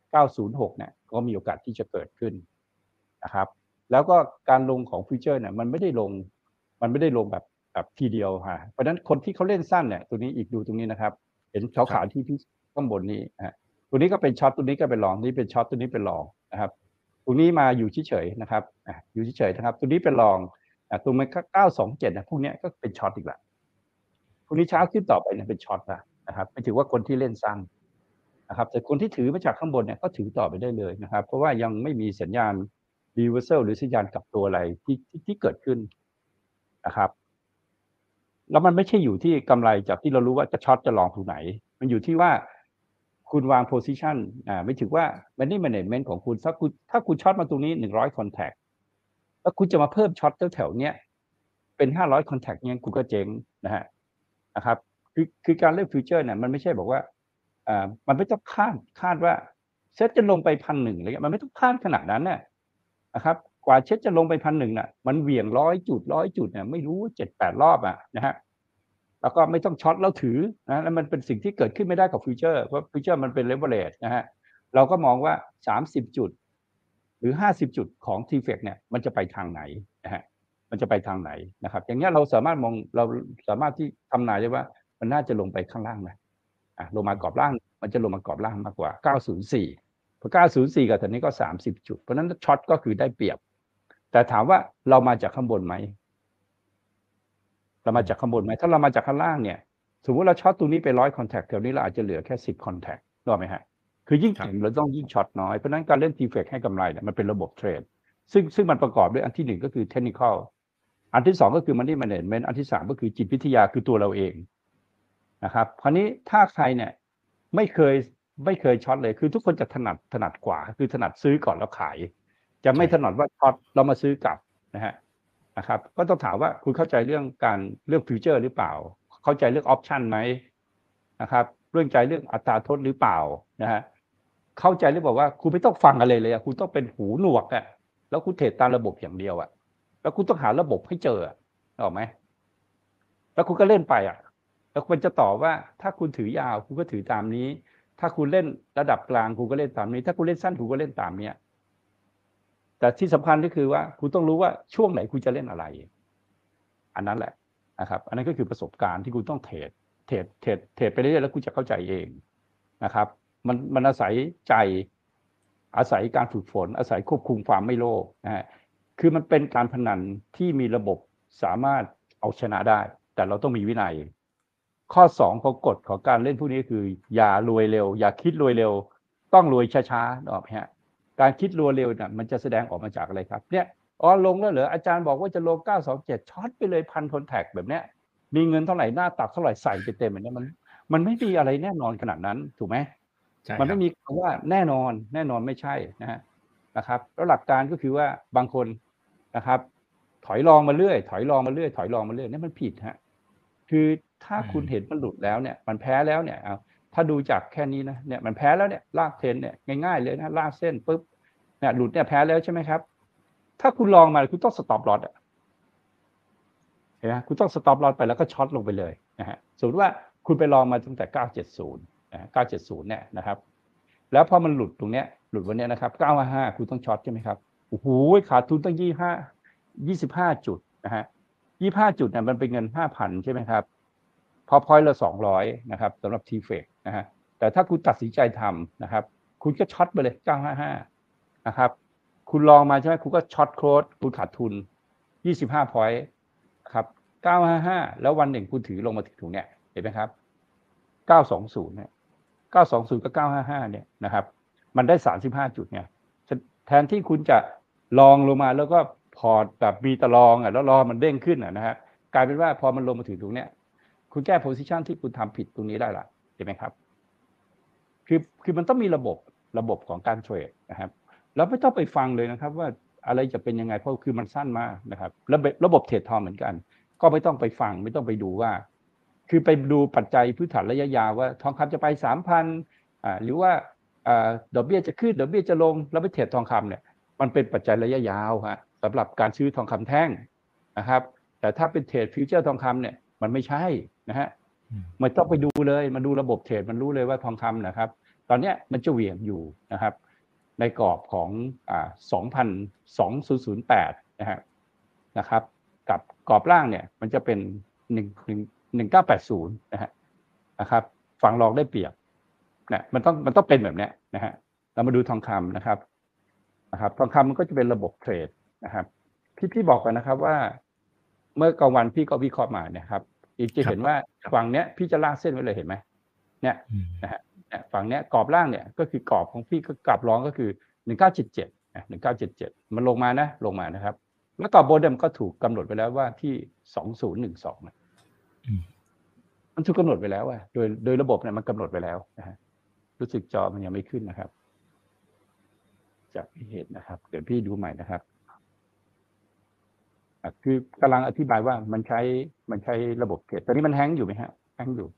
906เนี่ยก็มีโอกาสที่จะเกิดขึ้นนะครับแล้วก็การลงของฟิวเจอร์เนี่ยมันไม่ได้ลงแบบทีเดียวฮะเพราะฉะนั้นคนที่เขาเล่นสั้นเนี่ยตัวนี้อีกดูตรงนี้นะครับเห็นขาวๆที่ข้างบนนี้ตัวนี้ก็เป็นช็อตตัวนี้ก็เป็นลองนี่เป็นช็อตตัวนี้เป็นลองนะครับตรงนี้มาอยู่เฉยๆนะครับอยู่เฉยๆนะครับตัวนี้เป็นลองตัวมัน927นะพวกนี้ก็เป็นช็อตอีกละพวกนี้เช้าขึ้นต่อไปเนี่ยเป็นช็อตละนะครับไม่ถือว่าคนที่เล่นสั้นนะครับแต่คนที่ถือมาจากข้างบนเนี่ยก็ถือต่อไปได้เลยนะครับเพราะว่ายังไม่มีสัญญาณ reversal หรือสัญญาณกลับตัวอะไรที่เกิดขึ้นนะครับแล้วมันไม่ใช่อยู่ที่กำไรจากที่เรารู้ว่าจะช็อตจะลองตรงไหนมันอยู่ที่ว่าคุณวาง position ไม่ถือว่า money management ของคุณถ้าคุณช็อตมาตรงนี้100 contact แล้วคุณจะมาเพิ่มช็อตแถวๆเนี้ยเป็น500 contact เนี่ยคุณก็เจ๊งนะครับคือการเล่นฟิวเจอร์เนี่ยมันไม่ใช่บอกว่ามันไม่ต้องคาดว่าเซ็ตจะลงไป 1,100 อะไรเงี้ยมันไม่ต้องคาดขนาดนั้นนะครับกว่าเซ็ตจะลงไป 1,100 น่ะมันเหวี่ยง100 จุดเนี่ยไม่รู้ 7-8 รอบนะฮะแล้วก็ไม่ต้องช็อตแล้วถือนะแล้วมันเป็นสิ่งที่เกิดขึ้นไม่ได้กับฟิวเจอร์เพราะฟิวเจอร์มันเป็นเลเวอเรจนะฮะเราก็มองว่า30 จุดหรือ50 จุดของ TFX เนี่ยมันจะไปทางไหนนะฮะมันจะไปทางไหนนะครับอย่างเงี้ยเราสามารถที่ทำนายได้ว่ามันน่าจะลงไปข้างล่างนะลงมากรอบล่างมันจะลงมากรอบล่างมากกว่า904พอ904กับตอนนี้ก็30 จุดเพราะนั้นช็อตก็คือได้เปรียบแต่ถามว่าเรามาจากข้างบนไหมเรามาจากข้างบนไหมถ้าเรามาจากข้างล่างเนี่ยสมมติเราช็อตตรงนี้ไป100 contact แถวนี้เราอาจจะเหลือแค่10 contact รู้ไหมฮะคือยิ่งแข็งเราต้องยิ่งช็อตน้อยเพราะนั้นการเล่น TFX ให้กำไรเนี่ยมันเป็นระบบเทรดซึ่งมันประกอบด้วยอันที่1ก็คือ technical อันที่2ก็คือ money management อันที่3ก็คือจิตวิทยาคือตัวเราเองนะครับคราวนี้ถ้าใครเนี่ยไม่เคยช็อตเลยคือทุกคนจะถนัดกว่าคือถนัดซื้อก่อนแล้วขายจะไม่ถนัดว่าช็อตเรามาซื้อกลับนะครับก็ต้องถามว่าคุณเข้าใจเรื่องฟิวเจอร์หรือเปล่าเข้าใจเรื่องออปชันไหมนะครับเรื่องใจเรื่องอัตราโทษหรือเปล่านะฮะเข้าใจหรือเปล่าว่าคุณไม่ต้องฟังอะไรเลยคุณต้องเป็นหูหนวกแล้วคุณเทรดตามระบบอย่างเดียวแล้วคุณต้องหาระบบให้เจอออกไหมแล้วคุณก็เล่นไปแล้วคุณจะตอบว่าถ้าคุณถือยาวคุณก็ถือตามนี้ถ้าคุณเล่นระดับกลางคุณก็เล่นตามนี้ถ้าคุณเล่นสั้นคุณก็เล่นตามเนี้ยแต่ที่สำคัญก็คือว่าคุณต้องรู้ว่าช่วงไหนคุณจะเล่นอะไรอันนั้นแหละนะครับอันนั้นก็คือประสบการณ์ที่คุณต้องเทรดไปเรื่อยๆแล้วคุณจะเข้าใจเองนะครับมันอาศัยใจอาศัยการฝึกฝนอาศัยควบคุมความไม่โลภนะฮะคือมันเป็นการพนันที่มีระบบสามารถเอาชนะได้แต่เราต้องมีวินัยข้อ2ของกฎของการเล่นพวกนี้คืออย่ารวยเร็วอย่าคิดรวยเร็วต้องรวยช้าๆนึกออกไหมฮะการคิดรวยเร็วเนี่ยมันจะแสดงออกมาจากอะไรครับเนี่ยลงแล้วเหรออาจารย์บอกว่าจะลง927ช็อตไปเลย1,000 คอนแทคแบบเนี้ยมีเงินเท่าไหร่หน้าตักเท่าไหร่ใส่ไปเต็มแบบนี้มันไม่มีอะไรแน่นอนขนาดนั้นถูกไหมมันไม่มีคำว่าแน่นอนไม่ใช่นะครับแล้วหลักการก็คือว่าบางคนนะครับถอยลองมาเรื่อยนี่มันผิดฮะคือถ้าคุณเห็นมันหลุดแล้วเนี่ยมันแพ้แล้วเนี่ยถ้าดูจากแค่นี้นะเนี่ยมันแพ้แล้วเนี่ยลากเทรนเนี่ยง่ายๆเลยนะลากเส้นปุ๊บเนี่ยหลุดเนี่ยแพ้แล้วใช่ไหมครับถ้าคุณลองมาคุณต้องสต็อปลอสเห็นไหมคุณต้องสต็อปลอสไปแล้วก็ช็อตลงไปเลยนะฮะสมมติว่าคุณไปลองมาตั้งแต่970นะ970เนี่ยนะครับแล้วพอมันหลุดตรงเนี้ยหลุดวันนี้นะครับ955คุณต้องช็อตใช่ไหมครับโอ้โหขาดทุนตั้ง25จุดนะฮะ25จุดเนี่ยมันเป็นเงิน 5,000 ใช่ไหมครับพอพอยต์ละ200นะครับสำหรับ TFX นะฮะแต่ถ้าคุณตัดสินใจทำนะครับคุณก็ช็อตไปเลย955นะครับคุณลองมาใช่ไหมคุณก็ช็อตโค้ดคุณขาดทุน25 point ครับ955แล้ววันหนึ่งคุณถือลงมาถึงตรงเนี้ยเห็นไหมครับ920เนี่ย920กับ955เนี่ยนะครับมันได้35จุดเนี่ยแทนที่คุณจะลองลงมาแล้วก็พอร์ตแบบมีตะลองแล้วรอมันเด้งขึ้นนะฮะกลายเป็นว่าพอมันลงมาถึงตรงเนี้ยคุณแก้โพซิชันที่คุณทำผิดตรงนี้ได้ละเห็นไหมครับคือมันต้องมีระบบของการเทรดนะครับแล้วไม่ต้องไปฟังเลยนะครับว่าอะไรจะเป็นยังไงเพราะคือมันสั้นมากนะครับระบบเทรดทองเหมือนกันก็ไม่ต้องไปฟังไม่ต้องไปดูว่าคือไปดูปัจจัยพื้นฐานระยะยาวว่าทองคำจะไป 3,000 หรือว่าดอกเบี้ยจะขึ้นดอกเบี้ยจะลงแล้วไปเทรดทองคำเนี่ยมันเป็นปัจจัยระยะยาวสำหรับการซื้อทองคำแท่งนะครับแต่ถ้าเป็นเทรดฟิวเจอร์ทองคำเนี่ยมันไม่ใช่นะฮะไม่ต้องไปดูเลยมาดูระบบเทรดมันรู้เลยว่าทองคำนะครับตอนนี้มันจะเหวี่ยงอยู่นะครับในกรอบของ2008นะครับกับกรอบล่างเนี่ยมันจะเป็น1980นะครับฝั่งรองได้เปรียบนะมันต้องเป็นแบบนี้นะฮะเรามาดูทองคำนะครับทองคำมันก็จะเป็นระบบเทรดนะครับพี่บอกกันนะครับว่าเมื่อกลางวันพี่ก็วิเคราะห์มาเนี่ยครับจะเห็นว่าฝั่งเนี้ยพี่จะลากเส้นไว้เลยเห็นไหมเนี่ยนะฮะฝั่งเนี้ยกรอบล่างเนี่ยก็คือกรอบของพี่ก็กลับร้องก็คือ1977นะ1977มันลงมานะครับแล้วกรอบบนมันก็ถูกกำหนดไปแล้วว่าที่2012มันถูกกำหนดไปแล้วโดยระบบเนี่ยมันกำหนดไปแล้วนะฮะรู้สึกจอมันยังไม่ขึ้นนะครับจากที่เห็นนะครับเดี๋ยวพี่ดูใหม่นะครับคือกำลังอธิบายว่ามันใช้ระบบเทรดตอนนี้มันแฮงก์อยู่ไหมฮะแฮงก์อยู่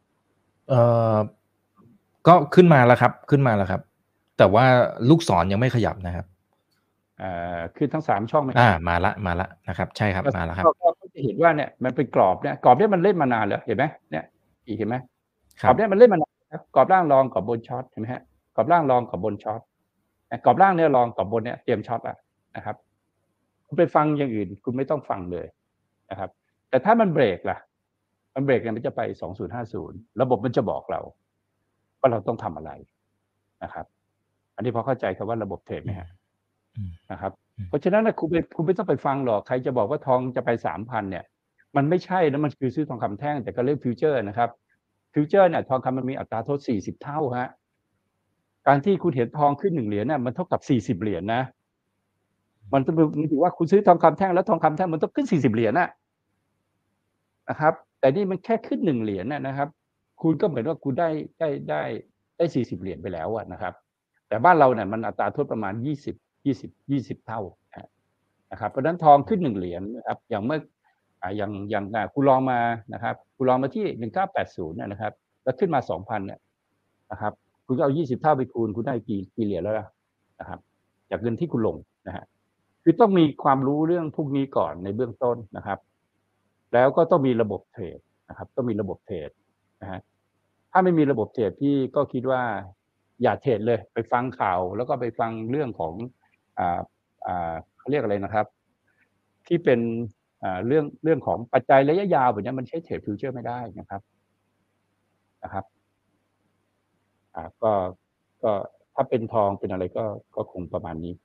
ก็ขึ้นมาแล้วครับแต่ว่าลูกศรยังไม่ขยับนะครับคือทั้ง3ช่องไหมมาละนะครับใช่ครับมาแล้วครับก็จะเห็นว่าเนี่ยมันเป็นกรอบเนี่ยมันเล่นมานานแล้วเห็นไหมเนี่ยเห็นไหมกรอบเนี่ยมันเล่นมานานครับกรอบล่างรองกรอบบนช็อตเห็นไหมฮะกรอบล่างรองกรอบบนช็อตกรอบล่างเนี่ยรองกรอบบนเนี่ยเตรียมช็อตนะครับคุณไปฟังอย่างอื่นคุณไม่ต้องฟังเลยนะครับแต่ถ้ามันเบรกล่ะมันเบรกเนี่ยมันจะไป2050ระบบมันจะบอกเราว่าเราต้องทำอะไรนะครับอันนี้พอเข้าใจคำว่าระบบเทรดไหมฮะนะครับเพราะฉะนั้นคุณไม่ต้องไปฟังหรอกใครจะบอกว่าทองจะไป 3,000 เนี่ยมันไม่ใช่นะมันคือซื้อทองคำแท่งแต่ก็เรียกฟิวเจอร์นะครับฟิวเจอร์เนี่ยทองคำมันมีอัตราโทษ40เท่าฮะการที่คุณเห็นทองขึ้น1เหรียญเนี่ยมันเท่ากับ40เหรียญนะมันถือว่าคุณซื้อทองคำแท่งแล้วทองคำแท่งมันต้องขึ้น40เหรียญนะครับแต่นี่มันแค่ขึ้น1เหรียญนะครับคุณก็เหมือนว่าคุณได้40เหรียญไปแล้วนะครับแต่บ้านเราเนี่ยมันอัตราโทษประมาณ20เท่านะครับเพราะฉะนั้นทองขึ้น1เหรียญนะครับอย่างเมื่ออย่างคุณลองมานะครับคุณลองมาที่1980นะครับแล้วขึ้นมา 2,000 เนี่ยนะครับคุณก็เอา20เท่าไปคูณคุณได้กี่เหรียญแล้วนะครับจากเงินที่คุณลงนะฮะคือต้องมีความรู้เรื่องพวกนี้ก่อนในเบื้องต้นนะครับแล้วก็ต้องมีระบบเทรดนะครับต้องมีระบบเทรดนะฮะถ้าไม่มีระบบเทรดพี่ก็คิดว่าอย่าเทรดเลยไปฟังข่าวแล้วก็ไปฟังเรื่องของเขาเรียกอะไรนะครับที่เป็นเรื่องของปัจจัยระยะยาวแบบนี้มันใช้เทรดฟิวเจอร์ไม่ได้นะครับก็ก็ถ้าเป็นทองเป็นอะไรก็คงประมาณนี้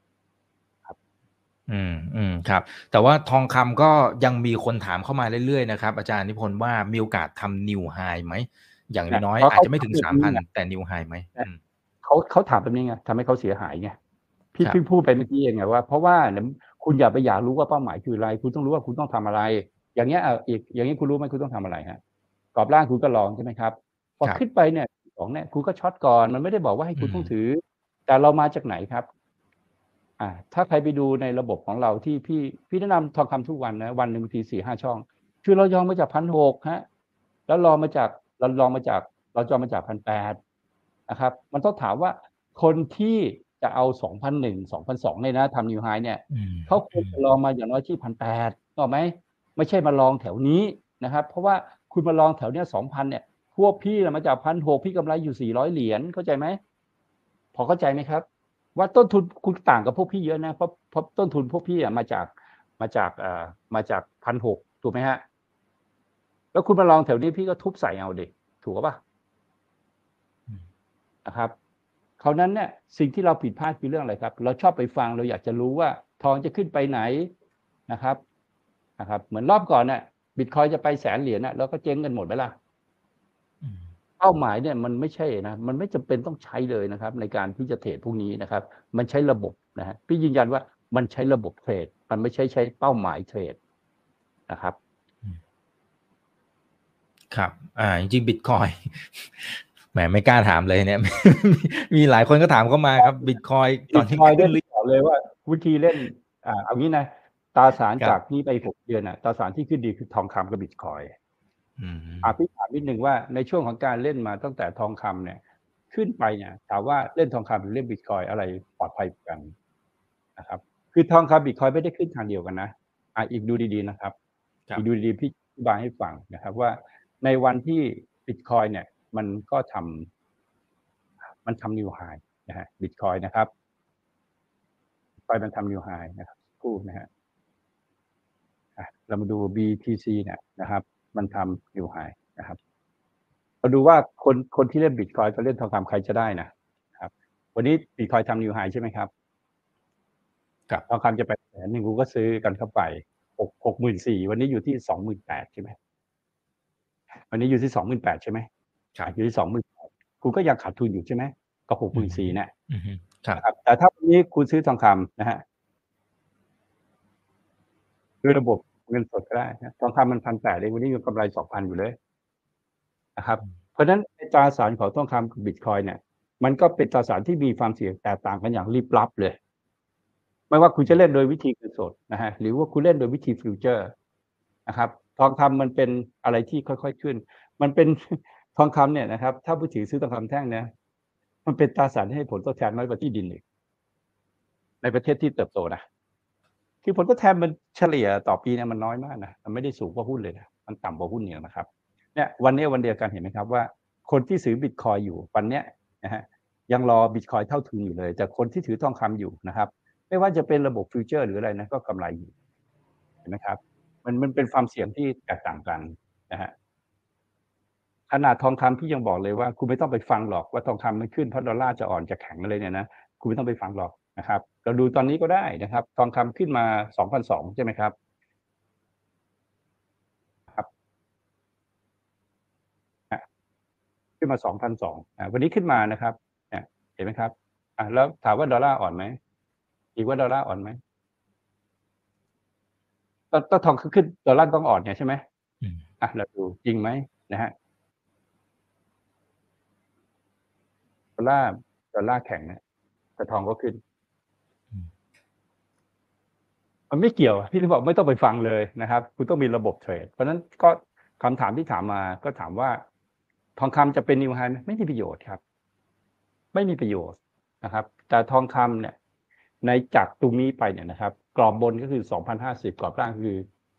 ครับ แต่ว่าทองคำก็ยังมีคนถามเข้ามาเรื่อยๆนะครับอาจารย์นิพนธ์ว่ามีโอกาสทำ new high ไหมอย่างนะน้อยเพราะๆอาจเขาจะไม่ถึงทำแบบนี้ไง 3,000 แต่ new high ไหมนะเขาถามแบบนี้ไงทำให้เขาเสียหายไงพี่ครับเพิ่งพูดไปเมื่อกี้เองไงว่าเพราะว่าเนี่ยคุณอย่าไปอยากรู้ว่าเป้าหมายคืออะไรคุณต้องรู้ว่าคุณต้องทำอะไร อย่างเงี้ยอีกอย่างนี้คุณรู้ไหมคุณต้องทำอะไรฮะกรอบล่างคุณก็ลองใช่ไหมครับพอครับขึ้นไปเนี่ยของเนี่ยคุณก็ช็อตก่อนมันไม่ได้บอกว่าให้คุณต้องถือ แต่เรามาจากไหนครับถ้าใครไปดูในระบบของเราที่พี่แนะนำทองคำทุกวันนะวันหนึ่งบางที4-5 ช่องคือเรายองมาจาก1,600ฮะแล้วรอมาจากเราจองมาจาก1,800นะครับมันต้องถามว่าคนที่จะเอา2,100 2,200เนี่ยนะทำนิวไฮเนี่ยเขาควรจะลองมาอย่างน้อยที่1,800ถูกไหมไม่ใช่มาลองแถวนี้นะครับเพราะว่าคุณมาลองแถวเนี้ย 2,000 เนี่ยพวกพี่มาจาก1,600พี่กำไรอยู่400 เหรียญเข้าใจไหมพอเข้าใจไหมครับว่าต้นทุนคุณต่างกับพวกพี่เยอะนะเพราะต้นทุนพวกพี่มาจาก1,600ถูกไหมฮะแล้วคุณมาลองแถวนี้พี่ก็ทุบใส่เอาดิถูกป่ะนะครับคราวนั้นเนี่ยสิ่งที่เราผิดพลาดคือเรื่องอะไรครับเราชอบไปฟังเราอยากจะรู้ว่าทองจะขึ้นไปไหนนะครับเหมือนรอบก่อนเนี่ยบิตคอยจะไป100,000 เหรียญแล้วก็เจ๊งกันหมดไปละเป้าหมายเนี่ยมันไม่ใช่นะมันไม่จำเป็นต้องใช้เลยนะครับในการที่จะเทรดพวกนี้นะครับมันใช้ระบบนะฮะพี่ยืนยันว่ามันใช้ระบบเทรดมันไม่ใช่ใช้เป้าหมายเทรดนะครับครับจริงๆบิตคอยแหมไม่กล้าถามเลยเนี่ย มีหลายคนก็ถามเข้ามาครับบิตคอยตอนนี้ขึ้นหรือบอกเลยว่าวิธีเล่นเอางี้นะตราสารครับจากนี้ไป6 เดือนตราสารที่ขึ้นดีคือทองคำกับบิตคอยพี่ถามนิดนึงว่าในช่วงของการเล่นมาตั้งแต่ทองคำเนี่ยขึ้นไปเนี่ยถามว่าเล่นทองคำหรือเล่นบิตคอยอะไรปลอดภัยกว่ากันนะครับคือทองคำบิตคอยไม่ได้ขึ้นทางเดียวกันนะอีกดูดีๆนะครับอีกดูดีๆพี่อธิบายให้ฟังนะครับว่าในวันที่บิตคอยเนี่ยมันก็ทำนิวไฮนะฮะบิตคอยนะครับมันทำนิวไฮนะครับกู้นะฮะเรามาดู BTC เนี่ยนะครับมันทำนิวไฮนะครับเราดูว่าคนที่เล่นบิตคอยน์กับเล่นทองคำใครจะได้นะครับวันนี้บิตคอยน์ทำนิวไฮใช่ไหมครับทองคำจะไป100,000กูก็ซื้อกันเข้าไป64,000วันนี้อยู่ที่28,000ใช่ไหมวันนี้อยู่ที่28,000ใช่ไหมอยู่ที่28,000กูก็ยังขาดทุนอยู่ใช่ไหมก็64,000เนี่ยนะครับแต่ถ้าวันนี้คุณซื้อทองคำนะฮะด้วยระบบเงินสดก็ได้นะทองคำมัน1,800เลยวันนี้ยังกำไร 2,000 อยู่เลยนะครับเพราะฉะนั้นตราสารของทองคำกับบิตคอยน์เนี่ยมันก็เป็นตราสารที่มีความเสี่ยงแตกต่างกันอย่างลิบลับเลยไม่ว่าคุณจะเล่นโดยวิธีเงินสดนะฮะหรือว่าคุณเล่นโดยวิธีฟิวเจอร์นะครับทองคำมันเป็นอะไรที่ค่อยๆขึ้นมันเป็นทองคำเนี่ยนะครับถ้าผู้ถือซื้อทองคำแท่งเนี่ยมันเป็นตราสารที่ให้ผลตอบแทนน้อยกว่าที่ดินอีกในประเทศที่เติบโตนะคือผลตอบแทนมันเฉลี่ยต่อปีเนี่ยมันน้อยมากนะมันไม่ได้สูงกว่าหุ้นเลยนะมันต่ำกว่าหุ้นเนี่ยนะครับเนี่ยวันนี้วันเดียวกันเห็นไหมครับว่าคนที่ซื้อบิตคอยอยู่วันเนี้ยนะฮะยังรอบิตคอยเท่าทุนอยู่เลยแต่คนที่ถือทองคำอยู่นะครับไม่ว่าจะเป็นระบบฟิวเจอร์หรืออะไรนะก็กำไรอยู่เห็นไหมครับมันเป็นความเสี่ยงที่แตกต่างกันนะฮะขนาดทองคำพี่ยังบอกเลยว่าคุณไม่ต้องไปฟังหรอกว่าทองคำมันขึ้นเพราะดอลลาร์จะอ่อนจะแข็งอะไรเนี่ยนะคุณไม่ต้องไปฟังหรอกนะครับเราดูตอนนี้ก็ได้นะครับทองคำขึ้นมา 2,200 ใช่ไหมครับขึ้นมา 2,200 วันนี้ขึ้นมานะครับเนี่ยเห็นไหมครับแล้วถามว่าดอลลาร์อ่อนไหมอีกว่าดอลลาร์อ่อนไหมก็ทองขึ้นดอลลาร์ต้องอ่อนเนี่ยใช่ไหมเราดูจริงไหมนะฮะดอลลาร์แข็งนะแต่ทองก็ขึ้นมันไม่เกี่ยวพี่ถึงบอกไม่ต้องไปฟังเลยนะครับคุณต้องมีระบบเทรดเพราะฉะนั้นก็คำถามที่ถามมาก็ถามว่าทองคำจะเป็นนิวไฮไหมไม่มีประโยชน์ครับไม่มีประโยชน์นะครับแต่ทองคำเนี่ยในจากตรงนี้ไปเนี่ยนะครับกรอบบนก็คือ 2,050 กรอบล่างคือ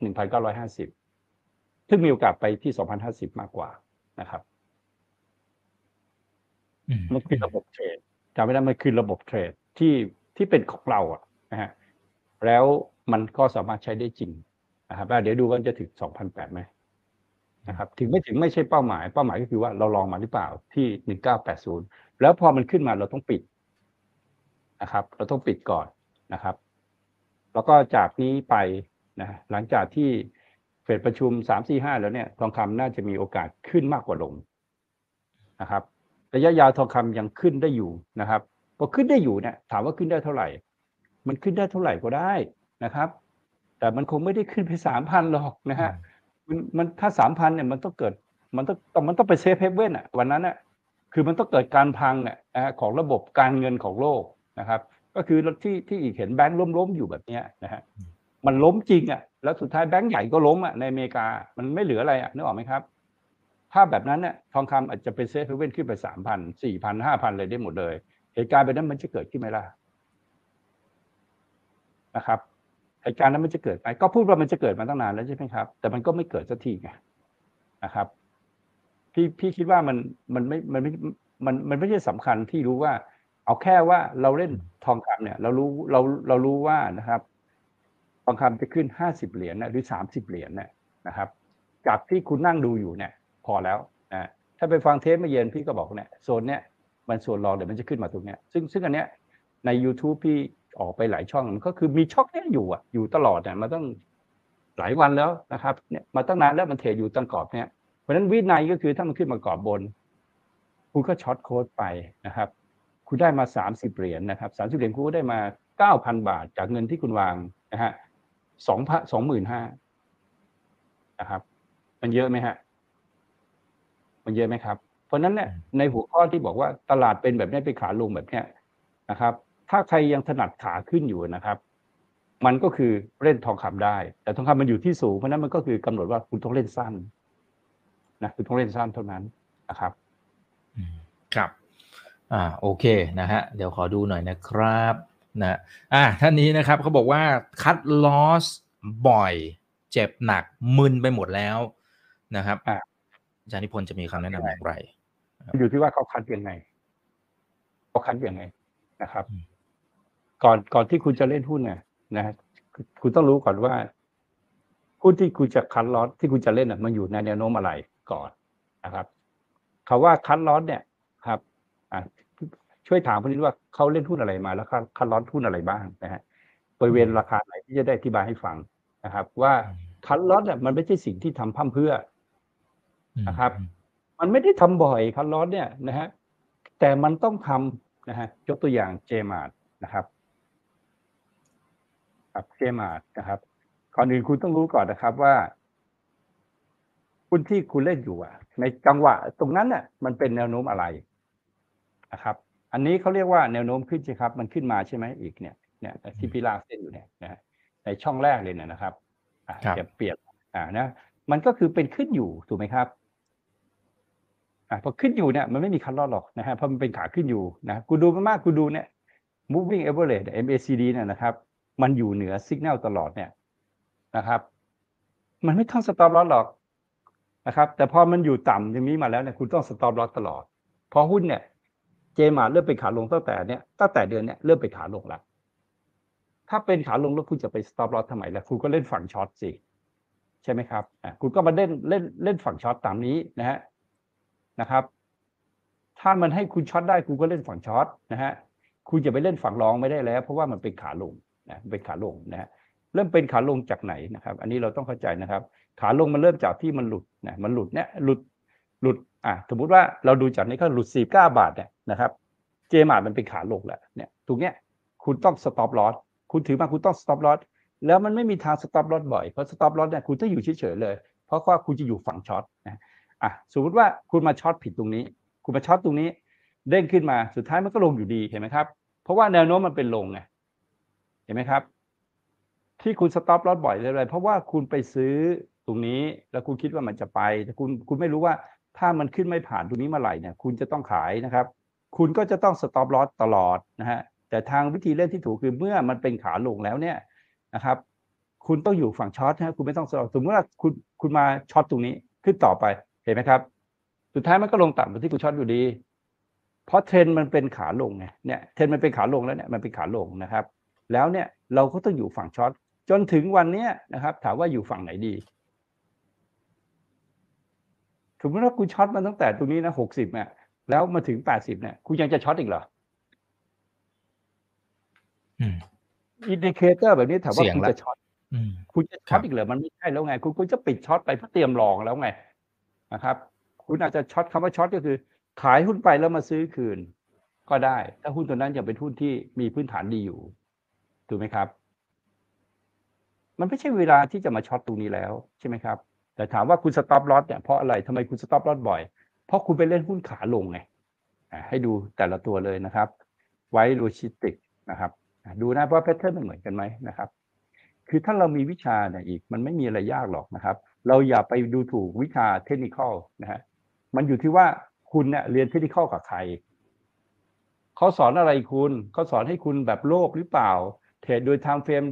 1,950 ซึ่งมีโอกาสไปที่ 2,050 มากกว่านะครับมันคือระบบเทรดจำไว้นะมันคือระบบเทรดที่เป็นของเรานะฮะแล้วมันก็สามารถใช้ได้จริงนะครับเดี๋ยวดูว่าจะถึง 2,800 ไหมนะครับถึงไม่ใช่เป้าหมายก็คือว่าเราลองมาหรือเปล่าที่1980แล้วพอมันขึ้นมาเราต้องปิดนะครับเราต้องปิดก่อนนะครับแล้วก็จากนี้ไปนะหลังจากที่เฟดประชุม3 4 5แล้วเนี่ยทองคำน่าจะมีโอกาสขึ้นมากกว่าลงนะครับระยะยาวทองคำยังขึ้นได้อยู่นะครับพอขึ้นได้อยู่เนี่ยถามว่าขึ้นได้เท่าไหร่มันขึ้นได้เท่าไหร่ก็ได้นะครับแต่มันคงไม่ได้ขึ้นไป 3,000 หรอกนะฮะมันถ้า 3,000 เนี่ยมันต้องเกิดมันต้องไปเซฟเฮเว่นอ่ะวันนั้นน่ะคือมันต้องเกิดการพังเนี่ยของระบบการเงินของโลกนะครับก็คือที่อีกเห็นแบงค์ล้มอยู่แบบนี้นะฮะมันล้มจริงอ่ะแล้วสุดท้ายแบงค์ใหญ่ก็ล้มอ่ะในอเมริกามันไม่เหลืออะไรอ่ะนึกออกไหมครับถ้าแบบนั้นเนี่ยทองคำอาจจะเป็นเซฟเฮเว่นขึ้นไป 3,000 4,000 5,000 เลยได้หมดเลยเหตุการณ์แบบนั้นมันจะเกิดขึ้นไหมล่ะนะครับเหตุการณ์นั้นมันจะเกิดไหมก็พูดว่ามันจะเกิดมาตั้งนานแล้วใช่ไหมครับแต่มันก็ไม่เกิดสักทีไงนะครับพี่คิดว่ามันไม่ใช่สำคัญที่รู้ว่าเอาแค่ว่าเราเล่นทองคำเนี่ยเรารู้ว่านะครับทองคำจะขึ้น50 เหรียญนะหรือ30 เหรียญนะครับจากที่คุณนั่งดูอยู่เนี่ยพอแล้วนะถ้าไปฟังเทปเมื่อเย็นพี่ก็บอกเนี่ยโซนเนี่ยมันโซนรองเดี๋ยวมันจะขึ้นมาตรงเนี้ยซึ่งอันเนี้ยใน YouTube พี่ออกไปหลายช่องมันก็คือมีช็อคเนี้ยอยู่ตลอดเนี่ยมาตั้งหลายวันแล้วนะครับเนี่ยมาตั้งนานแล้วมันเทรดอยู่ตั้งกรอบเนี่ยเพราะฉะนั้นวินัยก็คือถ้ามันขึ้นมากรอบบนคุณก็ช็อตโค้ดไปนะครับคุณได้มา30 เหรียญนะครับ30 เหรียญคุณก็ได้มา 9,000 บาทจากเงินที่คุณวางนะฮะ25,000นะครับมันเยอะไหมฮะมันเยอะไหมครับเพราะนั้นเนี่ยในหัวข้อที่บอกว่าตลาดเป็นแบบนี้เป็นขาลงแบบเนี้ยนะครับถ้าใครยังถนัดขาขึ้นอยู่นะครับมันก็คือเล่นทองคำได้แต่ทองคำมันอยู่ที่สูงเพราะนั้นมันก็คือกำหนดว่าคุณต้องเล่นสั้นนะคุณต้องเล่นสั้นเท่านั้นนะครับครับโอเคนะฮะเดี๋ยวขอดูหน่อยนะครับนะท่านนี้นะครับเขาบอกว่าคัดลอสบ่อยเจ็บหนักมึนไปหมดแล้วนะครับอาจารย์นิพนธ์จะมีคำแนะนำอย่างไรอยู่ที่ว่าเขาคัดยังไงนะครับก่อนที่คุณจะเล่นหุ้นเนี่ยนะคุณต้องรู้ก่อนว่าหุ้นที่คุณจะคัดลอสที่คุณจะเล่นมันอยู่ในแนวโน้มอะไรก่อนนะครับเขาว่าคัดลอสเนี่ยครับช่วยถามคนนี้ว่าเขาเล่นหุ้นอะไรมาแล้วคัดลอสหุ้นอะไรบ้างนะฮะบริเวณราคาไหนที่จะได้อธิบายให้ฟังนะครับว่าคัดลอสเนี่ยมันไม่ใช่สิ่งที่ทำพั่มเพื่อนะครับมันไม่ได้ทำบ่อยคัดลอสเนี่ยนะฮะแต่มันต้องทำนะฮะยกตัวอย่างเจมาร์ทนะครับเจมาร์ทนะครับก่อนอื่นคุณต้องรู้ก่อนนะครับว่าหุ้นที่คุณเล่นอยู่ในจังหวะตรงนั้นน่ะมันเป็นแนวโน้มอะไรนะครับอันนี้เขาเรียกว่าแนวโน้มขึ้นใช่ครับมันขึ้นมาใช่ไหมอีกเนี่ยที่พี่ลากเส้นอยู่เนี่ยนะในช่องแรกเลยนะครับจะเปรียบนะมันก็คือเป็นขึ้นอยู่ถูกไหมครับพอขึ้นอยู่เนี่ยมันไม่มีคัทลอสหรอกนะฮะเพราะมันเป็นขาขึ้นอยู่นะคุณดูมากๆคุณดูเนี่ย moving average MACD เนี่ยนะครับมันอยู่เหนือ signal ตลอดเนี่ยนะครับมันไม่ต้องสต็อปลอสหรอกนะครับแต่พอมันอยู่ต่ำอย่างนี้มาแล้วเนี่ยคุณต้องสต็อปลอสตลอดพอหุ้นเนี่ยเจมาเริ่มเป็นขาลงตั้งแต่เดือนเนี่ยเริ่มเป็นขาลงแล้วถ้าเป็นขาลงแล้วคุณจะไปสต็อปลอสทำไมล่ะคุณก็เล่นฝั่งช็อตสิใช่ไหมครับคุณก็มาเล่นฝั่งช็อตตามนี้นะครับถ้ามันให้คุณช็อตได้คุณก็เล่นฝั่งช็อตนะฮะคุณจะไปเล่นฝั่งรองไม่ได้แล้วเพราะว่ามันเป็นขาลงเป็นขาลงนะฮะเริ่มเป็นขาลงจากไหนนะครับอันนี้เราต้องเข้าใจนะครับขาลงมันเริ่มจากที่มันหลุดมันหลุดสมมุติว่าเราดูจากนี้ก็หลุด49 บาทเนี่ยนะครับเจมาร์ทมันเป็นขาลงแล้วเนี่ยตรงเนี้ยคุณต้องสต็อปลอสคุณถือมาคุณต้องสต็อปลอสแล้วมันไม่มีทางสต็อปลอสบ่อยเพราะสต็อปลอสเนี่ยคุณต้องอยู่เฉยๆเลยเพราะว่าคุณจะอยู่ฝั่งช็อตสมมติว่าคุณมาช็อตผิดตรงนี้คุณมาช็อตตรงนี้เด้งขึ้นมาสุดท้ายมันก็ลงอยู่ดีเห็นไหมครับเพราะว่าแนวโน้มมันเป็นลงไงเห็นไหมครับที่คุณสต็อปลอสบ่อยเลยเพราะว่าคุณไปซื้อตรงนี้แล้วคุณคิดว่ามันจะไปแต่คุณไม่รู้ว่าถ้ามันขึ้นไม่ผ่านตรงนี้เมื่อไหร่เนี่ยคุณจะต้องขายนะครับคุณก็จะต้องสต็อปลอสตลอดนะฮะแต่ทางวิธีเล่นที่ถูกคือเมื่อมันเป็นขาลงแล้วเนี่ยนะครับคุณต้องอยู่ฝั่งช็อตนะคุณไม่ต้องสมมติว่าคุณมาช็อตตรงนี้ขึ้นต่อไปเห็นไหมครับสุดท้ายมันก็ลงต่ำกว่าที่คุณช็อตอยู่ดีเพราะเทรนด์มันเป็นขาลงไงเนี่ยเทรนด์มันเป็นขาลงแล้วเนี่ยมันเป็นขาลงนะครับแล้วเนี่ยเราก็ต้องอยู่ฝั่งช็อตจนถึงวันนี้นะครับถามว่าอยู่ฝั่งไหนดีสมมติว่าคุณช็อตมาตั้งแต่ตรงนี้นะ60เนี่ยแล้วมาถึง80เนี่ยคุณยังจะช็อตอีกเหรออินดิเคเตอร์แบบนี้ถามว่าคุณจะช็อตคุณจะช็อตอีกเหรอมันไม่ใช่แล้วไงคุณจะปิดช็อตไปเพื่อเตรียมรองแล้วไงนะครับคุณอาจจะช็อตคำว่าช็อตก็คือขายหุ้นไปแล้วมาซื้อคืนก็ได้ถ้าหุ้นตัวนั้นยังเป็นหุ้นที่มีพื้นฐานดีอยู่ถูกไหมครับมันไม่ใช่เวลาที่จะมาช็อตตรงนี้แล้วใช่ไหมครับแต่ถามว่าคุณสต็อปลอสเนี่ยเพราะอะไรทำไมคุณสต็อปลอสบ่อยเพราะคุณไปเล่นหุ้นขาลงไงให้ดูแต่ละตัวเลยนะครับไว้โลจิสติกนะครับดูนะว่าแพทเทิร์นมันเหมือนกันไหมนะครับคือถ้าเรามีวิชาเนี่ยอีกมันไม่มีอะไรยากหรอกนะครับเราอย่าไปดูถูกวิชาเทคนิคอลนะฮะมันอยู่ที่ว่าคุณเนี่ยเรียนเทคนิคอลกับใครเขาสอนอะไรคุณเขาสอนให้คุณแบบโลภหรือเปล่าเทรดโดยไทม์เฟรม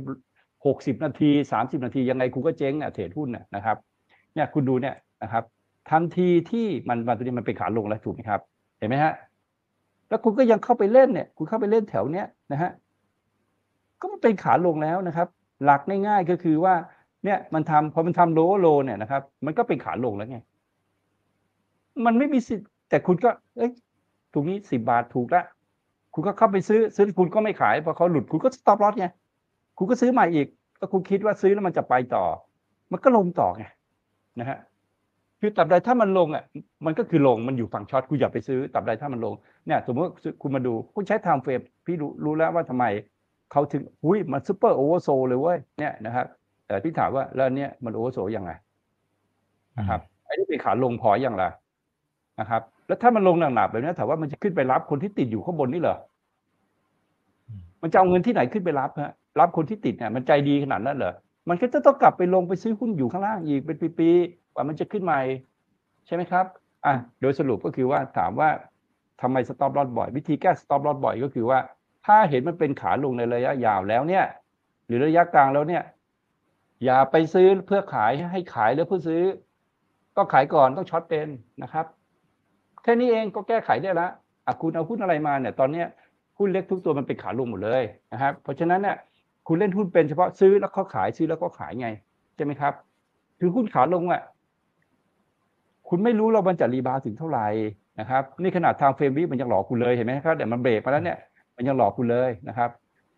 60 นาที30 นาทียังไงคุณก็เจ๊งเทรดหุ้นนะครับเนี่ยคุณดูเนี่ยนะครับทันทีที่มันตัวนี้มันเป็นขาลงแล้วถูกไหมครับเห็นไหมฮะแล้วคุณก็ยังเข้าไปเล่นเนี่ยคุณเข้าไปเล่นแถวเนี้ยนะฮะก็มันเป็นขาลงแล้วนะครับหลักง่ายๆก็คือว่าเนี่ยมันทำพอมันทำโลเนี่ยนะครับมันก็เป็นขาลงแล้วไงมันไม่มีสิทธิ์แต่คุณก็ตรงนี้10 บาทถูกแล้วคุณก็เข้าไปซื้อคุณก็ไม่ขายพอเขาหลุดคุณก็สต็อปลอสไงคุณก็ซื้อใหม่อีกก็คุณคิดว่าซื้อแล้วมันจะไปต่อมันก็ลงต่อไงนะฮะคือตราบใดถ้ามันลงมันก็คือลงมันอยู่ฝั่งช็อตคุณอย่าไปซื้อตราบใดถ้ามันลงเนี่ยสมมติคุณมาดูคุณใช้ไทม์เฟรมพี่รู้แล้วว่าทำไมเขาถึงมันซุปเปอร์โอเวอร์โซเลยเว้ยเนี่ยนะครับแต่ที่ถามว่าแล้วเนี่ยมันโอเวอร์โซยังไงนะครับไอ้นี่เป็นขาลงพออย่างไรนะครับแล้วถ้ามันลงหนักๆแบบนี้ถามว่ามันจะขึ้นไปรับคนที่ติดอยู่ข้างบนนี่เหรอมันจะเอาเงินที่ไหนขึ้นไปรับฮะรับคนที่ติดเนี่ยมันใจดีขนาดนั้นเหรอมันก็จะต้องกลับไปลงไปซื้อหุ้นอยู่ข้างล่างอีกเป็นปีๆกว่ามันจะขึ้นใหม่ใช่ไหมครับโดยสรุปก็คือว่าถามว่าทำไมสต็อปลอสบ่อยวิธีแก้สต็อปลอสบ่อยก็คือว่าถ้าเห็นมันเป็นขาลงในระยะยาวแล้วเนี่ยหรือระยะกลางแล้วเนี่ยอย่าไปซื้อเพื่อขายให้ขายแล้วเพื่อซื้อก็ขายก่อนต้องช็อตเป็นนะครับแค่นี้เองก็แก้ไขได้แล้วคุณเอาหุ้นอะไรมาเนี่ยตอนเนี้ยหุ้นเล็กทุกตัวมันเป็นขาลงหมดเลยนะครับเพราะฉะนั้นเนี่ยคุณเล่นหุ้นเป็นเฉพาะซื้อแล้วก็ขายซื้อแล้วก็ขายไงใช่ไหมครับคือหุ้นขาลงคุณไม่รู้เรามันจะรีบาวถึงเท่าไหร่นะครับนี่ขนาดทางเฟรมวิมันยังหลอกคุณเลยเห็นไหมครับแต่มันเบรกมาแล้วเนี่ยมันยังหลอกคุณเลยนะครับ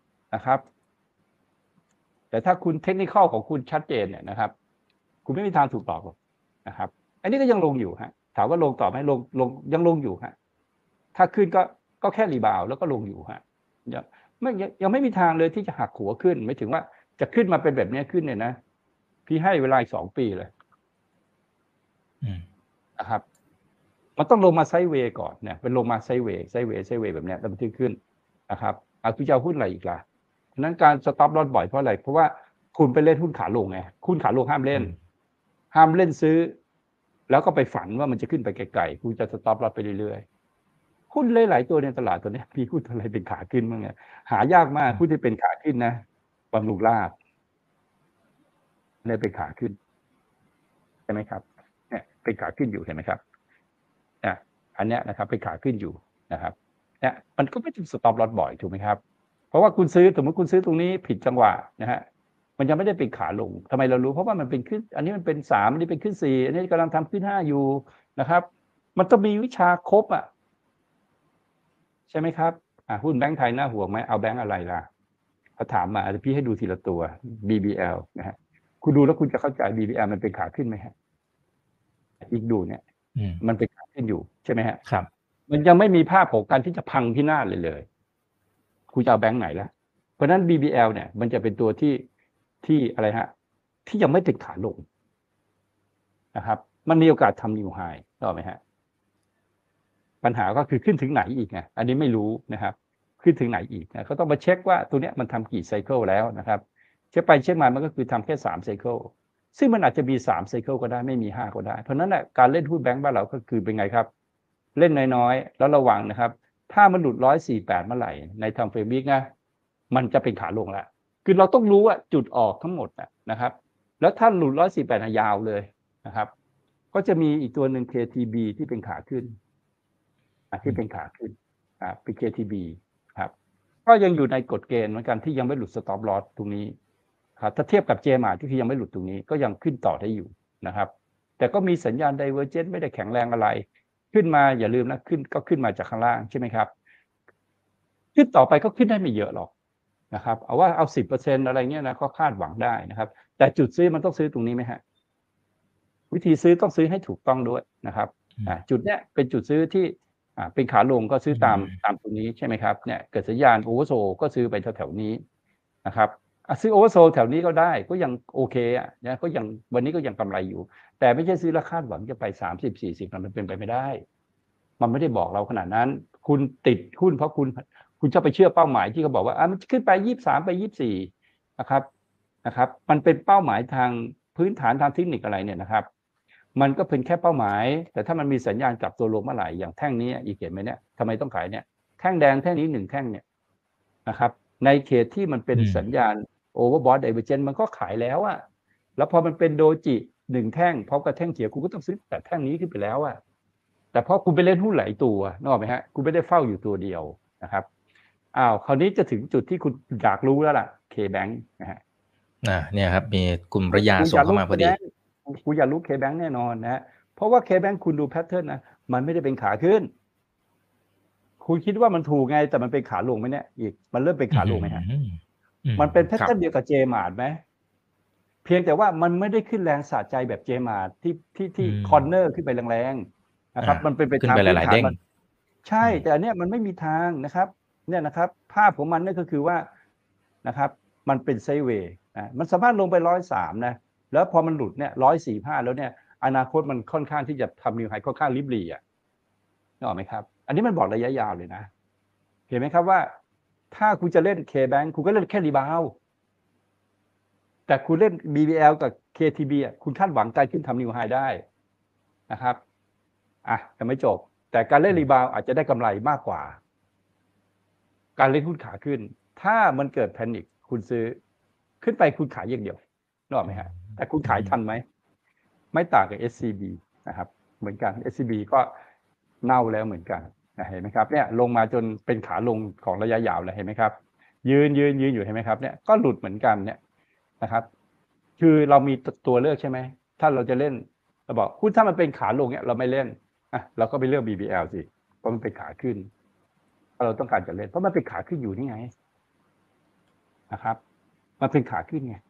แต่ถ้าคุณเทคนิคของคุณชัดเจนเนี่ยนะครับคุณไม่มีทางถูกหลอกหรอกนะครับอันนี้ก็ยังลงอยู่ฮะถามว่าลงต่อไหมลงยังลงอยู่ฮะถ้าขึ้นก็แค่รีบาวแล้วก็ลงอยู่ฮะยังไม่มีทางเลยที่จะหักหัวขึ้นไม่ถึงว่าจะขึ้นมาเป็นแบบนี้ขึ้นเนี่ยนะพี่ให้เวลาอีก2 ปีเลยนะครับมันต้องลงมาไซด์เวย์ก่อนเนี่ยเป็นลงมาไซด์เวย์แบบนี้แล้วมันถึงขึ้นนะครับคุณจะเอาหุ้นอะไรอีกล่ะฉะนั้นการสต็อปลอสบ่อยเพราะอะไรเพราะว่าคุณไปเล่นหุ้นขาลงไงหุ้นขาลงห้ามเล่นซื้อแล้วก็ไปฝันว่ามันจะขึ้นไปไกลๆคุณจะสต็อปลอสไปเรื่อยๆหุ้นหลายๆตัวในตลาดตัวนี้มีหุ้นอะไรเป็นขาขึ้นบ้างเนี่ยหายากมากหุ้นที่เป็นขาขึ้นนะบำรุงราษฎร์เนี่ยเป็นขาขึ้นใช่ไหมครับเนี่ยเป็นขาขึ้นอยู่เห็นไหมครับอันเนี้ยนะครับเป็นขาขึ้นอยู่นะครับเนี่ยมันก็ไม่ถึงสต็อปลอสบ่อยถูกไหมครับเพราะว่าคุณซื้อสมมติคุณซื้อตรงนี้ผิดจังหวะนะฮะมันยังไม่ได้เป็นขาลงทำไมเรารู้เพราะว่ามันเป็นขึ้นอันนี้มันเป็น3อันนี้เป็นขึ้น4อันนี้กำลังทำขึ้น5อยู่นะครับมันต้องมีวิชาครบใช่ไหมครับหุ้นแบงก์ไทยน่าห่วงไหมเอาแบงก์อะไรล่ะเขาถามมาอาจจะพี่ให้ดูทีละตัว BBL นะฮะคุณดูแล้วคุณจะเข้าใจ BBL มันเป็นขาขึ้นไหมฮะอีกดูเนี่ยมันเป็นขาขึ้นอยู่ใช่ไหมฮะครับมันยังไม่มีภาพของการที่จะพังพินาศเลยคุณจะเอาแบงค์ไหนล่ะเพราะนั้น BBL เนี่ยมันจะเป็นตัวที่อะไรฮะที่ยังไม่ติดขาลงนะครับมันมีโอกาสทำนิวไฮต่อไหมฮะปัญหาก็คือขึ้นถึงไหนอีกไงอันนี้ไม่รู้นะครับขึ้นถึงไหนอีกนะเขาต้องมาเช็คว่าตัวเนี้ยมันทำกี่ไซเคิลแล้วนะครับเช็คไปเช็คมามันก็คือทำแค่3ไซเคิลซึ่งมันอาจจะมี3ไซเคิลก็ได้ไม่มี5ก็ได้เพราะนั้นการเล่นหุ้นแบงก์บ้านเราก็คือเป็นไงครับเล่นน้อยๆแล้วระวังนะครับถ้ามันหลุด148เมื่อไหร่ในทางเฟรมวิกนะมันจะเป็นขาลงแล้วคือเราต้องรู้ว่าจุดออกทั้งหมดนะครับแล้วถ้าหลุด148ยาวเลยนะครับก็จะมีอีกตัวหนึ่ง KTB ที่เป็นขาขึ้นเป็น KTB ครับก็ยังอยู่ในกฎเกณฑ์เหมือนกันที่ยังไม่หลุด stop loss ตรงนี้ครับถ้าเทียบกับ JMA ที่ยังไม่หลุดตรงนี้ก็ยังขึ้นต่อได้อยู่นะครับแต่ก็มีสัญญาณ Divergence ไม่ได้แข็งแรงอะไรขึ้นมาอย่าลืมนะขึ้นมาจากข้างล่างใช่ไหมครับขึ้นต่อไปก็ขึ้นได้ไม่เยอะหรอกนะครับเอาว่าเอา 10% อะไรเงี้ยนะก็คาดหวังได้นะครับแต่จุดซื้อมันต้องซื้อตรงนี้ไหมฮะวิธีซื้อต้องซื้อให้ถูกต้องด้วยนะครับจุดเนี้ยเป็นจุดซื้อที่เป็นขาลงก็ซื้อตามตรงนี้ใช่ไหมครับเนี่ยเกิดสัญญาณโอเวอร์โซก็ซื้อไปแถวๆนี้นะครับซื้อโอเวอร์โซแถวนี้ก็ได้ก็ยังโอเคนะก็ยังวันนี้ก็ยังกำไรอยู่แต่ไม่ใช่ซื้อแล้วคาดหวังจะไป30-40มันเป็นไปไม่ได้มันไม่ได้บอกเราขนาดนั้นคุณติดหุ้นเพราะคุณจะไปเชื่อเป้าหมายที่เขาบอกว่ามันขึ้นไป23ไป24นะครับมันเป็นเป้าหมายทางพื้นฐานทางเทคนิคอะไรเนี่ยนะครับมันก็เป็นแค่เป้าหมายแต่ถ้ามันมีสัญญาณกลับตัวลงเมื่อไหร่อย่างแท่งนี้อีกเห็นไหมเนี่ยทำไมต้องขายเนี่ยแท่งแดงแท่งนี้1แท่งเนี่ยนะครับในเขตที่มันเป็นสัญญาณ overbought divergence มันก็ขายแล้วอะแล้วพอมันเป็นโดจิ1แท่งพร้อมกับแท่งเขียวคุณก็ต้องซื้อแต่แท่งนี้ขึ้นไปแล้วอะแต่เพราะคุณไปเล่นหุ้นหลายตัวนึกออกไหมฮะคุณไม่ได้เฝ้าอยู่ตัวเดียวนะครับคราวนี้จะถึงจุดที่คุณอยากรู้แล้วล่ะ KBank นะฮะเนี่ยครับมีคุณระยาส่งเข้ามาพอดีคุณอยากรู้ KBank แน่นอนนะเพราะว่า KBank คุณดูแพทเทิร์นนะมันไม่ได้เป็นขาขึ้นคุณคิดว่ามันถูกไงแต่มันเป็นขาลงไหมเนี่ยอีกมันเริ่มเป็นขาลงไหมฮะมันเป็นแพทเทิร์นเดียวกับเจมาร์ทไหมเพียงแต่ว่ามันไม่ได้ขึ้นแรงสะใจแบบเจมาร์ทที่คอร์เนอร์ขึ้นไปแรงๆนะครับมันเป็นไปตามพื้นฐานมันใช่แต่อันเนี้ยมันไม่มีทางนะครับเนี่ยนะครับภาพของมันนี่ก็คือว่านะครับมันเป็นไซด์เวย์มันสามารถลงไป103นะแล้วพอมันหลุดเนี่ย145แล้วเนี่ยอนาคตมันค่อนข้างที่จะทำนิวไฮค่อนข้างริบหรี่นึกออกไหมครับอันนี้มันบอกระยะยาวเลยนะเห็นไหมครับว่าถ้าคุณจะเล่น KBank คุณก็เล่นแค่รีบาวแต่คุณเล่น BBL กับ KTB คุณคาดหวังการขึ้นทำนิวไฮได้นะครับยังไม่จบแต่การเล่นรีบาวอาจจะได้กำไรมากกว่าการเล่นหุ้นขาขึ้นถ้ามันเกิดแพนิคคุณซื้อขึ้นไปคุณขายอย่างเดียวนึกออกไหมฮะแต่คุณขายทันไหมไม่ต่างกับ SCB นะครับเหมือนกัน SCB ก็เน่าแล้วเหมือนกันเห็นไหมครับเนี่ยลงมาจนเป็นขาลงของระยะยาวเลยเห็นไหมครับยืนอยู่เห็นไหมครับเนี่ยก็หลุดเหมือนกันเนี่ยนะครับคือเรามีตัวเลือกใช่ไหมถ้าเราจะเล่นเราบอกหุ้นถ้ามันเป็นขาลงเนี่ยเราไม่เล่นเราก็ไปเลือก BBL สิเพราะมันเป็นขาขึ้นเราต้องการจะเล่นเพราะมันเป็นขาขึ้นอยู่นี่ไงนะครับมันเป็นขาขึ้นไง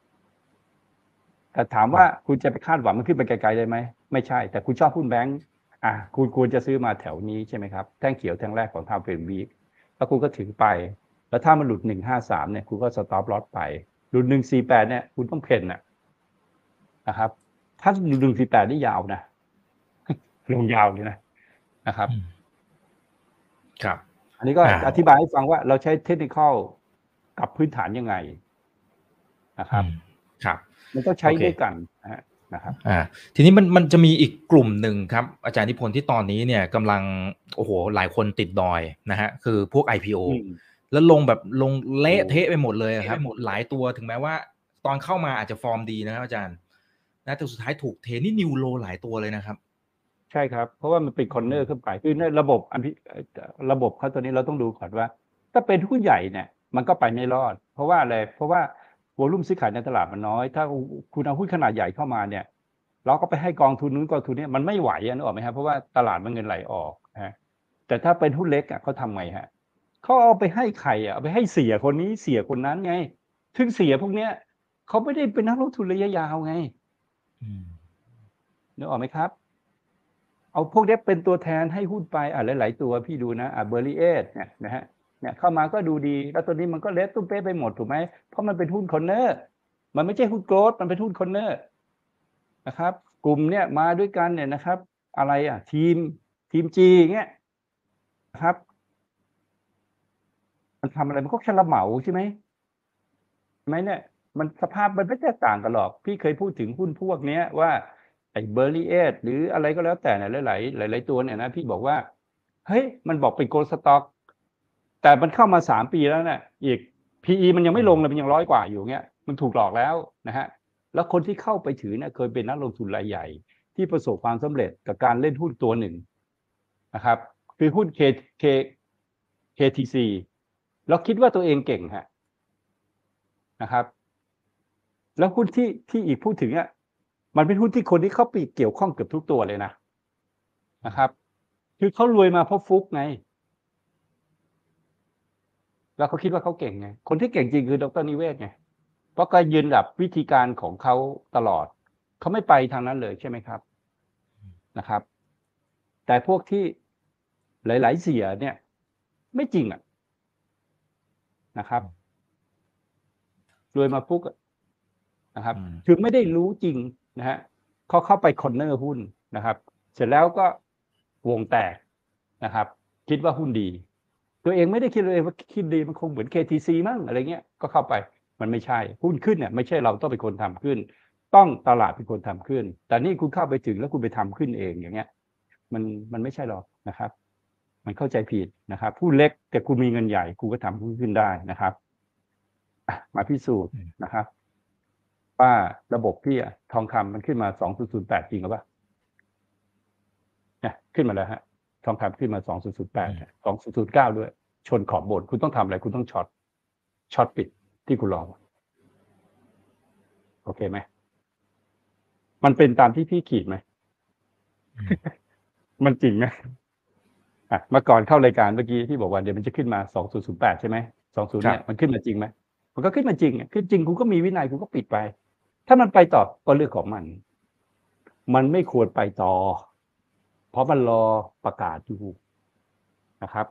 แต่ถามว่าคุณจะไปคาดหวังมันขึ้นไปไกลๆได้ไหมไม่ใช่แต่คุณชอบหุ้นแบงก์คุณควรจะซื้อมาแถวนี้ใช่ไหมครับแท่งเขียวแท่งแรกของทาวเฟรมวีคแล้วคุณก็ถือไปแล้วถ้ามันหลุด153เนี่ยคุณก็สต็อปลอสไปหลุด148เนี่ยคุณต้องเพ่นนะครับถ้าหลุด148นี่ยาวนะลงยาวเลยนะครับอันนี้ก็อธิบายให้ฟังว่าเราใช้เทคนิคอลกับพื้นฐานยังไงนะครับมันต้องใช้ด้วยกันนะครับทีนี้มันจะมีอีกกลุ่มหนึ่งครับอาจารย์นิพนธ์ที่ตอนนี้เนี่ยกำลังโอ้โหหลายคนติดดอยนะฮะคือพวก IPO แล้วลงเละเทะไปหมดเลยครับหลายตัวถึงแม้ว่าตอนเข้ามาอาจจะฟอร์มดีนะครับอาจารย์นะแต่สุดท้ายถูกเทนี่นิวโลหลายตัวเลยนะครับใช่ครับเพราะว่ามันเป็นคอร์เนอร์ขึ้นไปคือในระบบเขาตัวนี้เราต้องดูก่อนว่าถ้าเป็นหุ้นใหญ่เนี่ยมันก็ไปไม่รอดเพราะว่าอะไรเพราะว่าวอลุ่มซื้อขายในตลาดมันน้อยถ้าคุณเอาหุ้นขนาดใหญ่เข้ามาเนี่ยเราก็ไปให้กองทุนนู้นกองทุนนี้มันไม่ไหวนึกออกไหมครับเพราะว่าตลาดมันเงินไหลออกแต่ถ้าเป็นหุ้นเล็กเขาทำไงฮะเขาเอาไปให้ใครเอาไปให้เสียคนนี้เสียคนนั้นไงถึงเสียพวกเนี้ยเขาไม่ได้เป็นนักลงทุนระยะยาวไงนึกออกไหมครับเอาพวกนี้เป็นตัวแทนให้หุ้นไปหลายๆตัวพี่ดูนะเบอร์รี่เอสเนี่ยนะฮะเนี่ยเข้ามาก็ดูดีแล้วตัวนี้มันก็เละตุ้มเป๊ะไปหมดถูกไหมเพราะมันเป็นหุ้นคอร์เนอร์มันไม่ใช่หุ้นโกลด์มันเป็นหุ้นคอร์เนอร์นะครับกลุ่มเนี่ยมาด้วยกันเนี่ยนะครับอะไรทีมจีเงี้ยนะครับมันทำอะไรมันก็แค่รับเหมาใช่ไหมเนี่ยมันสภาพมันไม่แตกต่างกันหรอกพี่เคยพูดถึงหุ้นพวกนี้ว่าไอ้เบอร์รี่เอสหรืออะไรก็แล้วแต่เนี่ยหลายตัวเนี่ยนะพี่บอกว่าเฮ้ยมันบอกเป็นโกลด์สต็อกแต่มันเข้ามา3 ปีแล้วเนี่ยอีก PE มันยังไม่ลงเลยมันยัง100 กว่าอยู่เงี้ยมันถูกหลอกแล้วนะฮะแล้วคนที่เข้าไปถือเนี่ยเคยเป็นนักลงทุนรายใหญ่ที่ประสบความสำเร็จกับการเล่นหุ้นตัวหนึ่งนะครับคือหุ้น KTC แล้วคิดว่าตัวเองเก่งฮะนะครับแล้วหุ้นที่อีกพูดถึงมันเป็นหุ้นที่คนที่เข้าไปเกี่ยวข้องเกือบทุกตัวเลยนะครับคือเขารวยมาเพราะฟุกไงแล้วเขาคิดว่าเขาเก่งไงคนที่เก่งจริงคือดร.นิเวศน์ไงเพราะการยืนหลับวิธีการของเขาตลอดเขาไม่ไปทางนั้นเลยใช่ไหมครับนะครับแต่พวกที่หลายๆเสียเนี่ยไม่จริงนะครับรวยมาฟุกนะครับคือไม่ได้รู้จริงนะฮะเขาเข้าไปคอนเนอร์หุ้นนะครับเสร็จแล้วก็วงแตกนะครับคิดว่าหุ้นดีตัวเองไม่ได้คิดเลยว่าคิดดีมันคงเหมือน KTC มั้งอะไรเงี้ยก็เข้าไปมันไม่ใช่หุ้นขึ้นเนี่ยไม่ใช่เราต้องเป็นคนทำขึ้นต้องตลาดเป็นคนทำขึ้นแต่นี่คุณเข้าไปถึงแล้วคุณไปทำขึ้นเองอย่างเงี้ยมันไม่ใช่หรอกนะครับมันเข้าใจผิดนะครับผู้เล็กแต่คุณมีเงินใหญ่คุณก็ทำขึ้นได้นะครับมาพิสูจน์นะครับว่าระบบพี่ทองคำมันขึ้นมา2008จริงหรือเปล่าเนี่ยขึ้นมาแล้วฮะทองคำขึ้นมา2008 2009ด้วยชนขอบบนคุณต้องทำอะไรคุณต้องช็อตปิดที่คุณรอโอเคไหมมันเป็นตามที่พี่ขีดไหม มันจริงไหมเมื่อก่อนเข้ารายการเมื่อกี้ที่บอกว่าเดี๋ยวมันจะขึ้นมา2008ใช่ไหม20เนี่ยมันขึ้นมาจริงไหมมันก็ขึ้นมาจริงขึ้นจริงคุณก็มีวินัยคุณก็ปิดไปถ้ามันไปต่อก็เรื่องของมันไม่ควรไปต่อเพราะมันรอประกาศอยู่นะครับ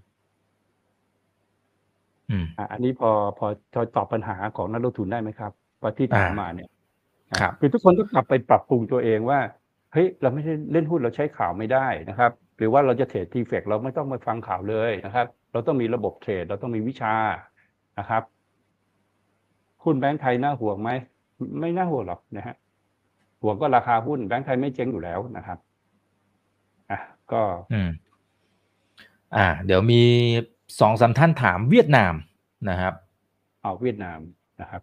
อันนี้พอตอบปัญหาของนักลงทุนได้ไหมครับว่าที่ถามมาเนี่ยคือทุกคนต้องกลับไปปรับปรุงตัวเองว่าเฮ้ยเราไม่ได้เล่นหุ้นเราใช้ข่าวไม่ได้นะครับหรือว่าเราจะเทรดทีเฟกเราไม่ต้องมาฟังข่าวเลยนะครับเราต้องมีระบบเทรดเราต้องมีวิชานะครับหุ้นแบงก์ไทยน่าห่วงไหมไม่น่าห่วงหรอกนะฮะห่วงก็ราคาหุ้นแบงก์ไทยไม่เจ๊งอยู่แล้วนะครับก็เดี๋ยวมี2-3ท่านถามเวียดนามนะครับเอาเวียดนามนะครับ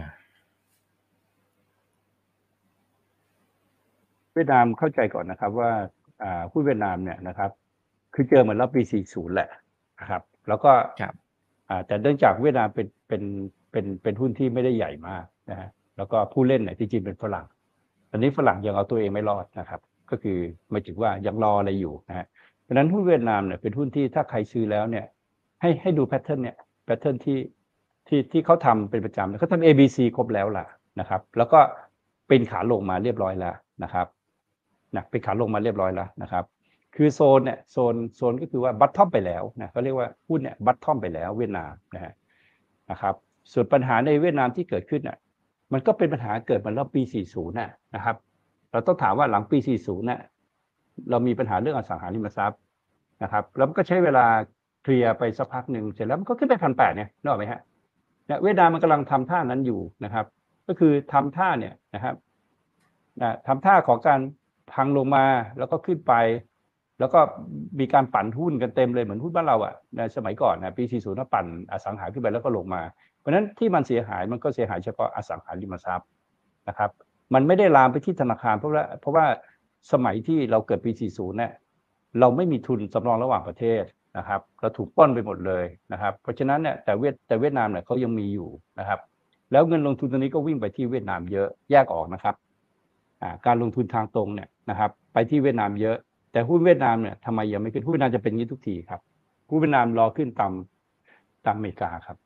เวียดนามเข้าใจก่อนนะครับว่าหุ้นเวียดนามเนี่ยนะครับคือเจอเหมือนรอบปี40แหละนะครับแล้วก็แต่เนื่องจากเวียดนามเป็นหุ้นที่ไม่ได้ใหญ่มากนะฮะแล้วก็ผู้เล่นเนี่ยที่จริงเป็นฝรั่งตอนนี้ฝรั่งยังเอาตัวเองไม่รอดนะครับก็คือหมายถึงว่ายังรออะไรอยู่นะฮะเพราะฉะนั้นหุ้นเวียดนามเนี่ยเป็นหุ้นที่ถ้าใครซื้อแล้วเนี่ยให้ดูแพทเทิร์นเนี่ยแพทเทิร์นที่เขาทำเป็นประจำเขาทำ ABC ครบแล้วล่ะนะครับแล้วก็เป็นขาลงมาเรียบร้อยแล้วนะครับเป็นขาลงมาเรียบร้อยแล้วนะครับคือโซนเนี่ยโซนก็คือว่าบัตทอมไปแล้วนะเขาเรียกว่าหุ้นเนี่ยบัตทอมไปแล้วเวียดนามนะครับส่วนปัญหาในเวียดนามที่เกิดขึ้นน่ะมันก็เป็นปัญหาเกิดมารอบปี40นะครับเราต้องถามว่าหลังปี40น่ะเรามีปัญหาเรื่องอสังหาริมทรัพย์นะครับแล้วมันก็ใช้เวลาเคลียร์ไปสักพักหนึ่งเสร็จแล้วมันก็ขึ้นไป1,800เนี่ยนึกออกไหมฮะเวียดนามมันกำลังทำท่านั้นอยู่นะครับก็คือทำท่าเนี่ยนะครับทำท่าของการพังลงมาแล้วก็ขึ้นไปแล้วก็มีการปั่นหุ้นกันเต็มเลยเหมือนหุ้นบ้านเราในสมัยก่อนปี40น่ะปั่นอสังหาขึ้นไปแล้วก็ลงมาเพราะฉะนั้นที่มันเสียหายมันก็เสียหายเฉพาะอสังหาริมทรัพย์นะครับมันไม่ได้ลามไปที่ธนาคารเพราะว่าสมัยที่เราเกิดปี40เนี่ยเราไม่มีทุนสำรองระหว่างประเทศนะครับเราถูกป้อนไปหมดเลยนะครับเพราะฉะนั้นเนี่ยแต่เวียดนามเนี่ยเขายังมีอยู่นะครับแล้วเงินลงทุนตรงนี้ก็วิ่งไปที่เวียดนามเยอะแยกออกนะครับการลงทุนทางตรงเนี่ยนะครับไปที่เวียดนามเยอะแต่หุ้นเวียดนามเนี่ยทำไมยังไม่ขึ้นหุ้นเวียดนามจะเป็นอย่างนี้ทุกทีครับหุ้นเวียดนามรอขึ้นตามอเมริกาครับ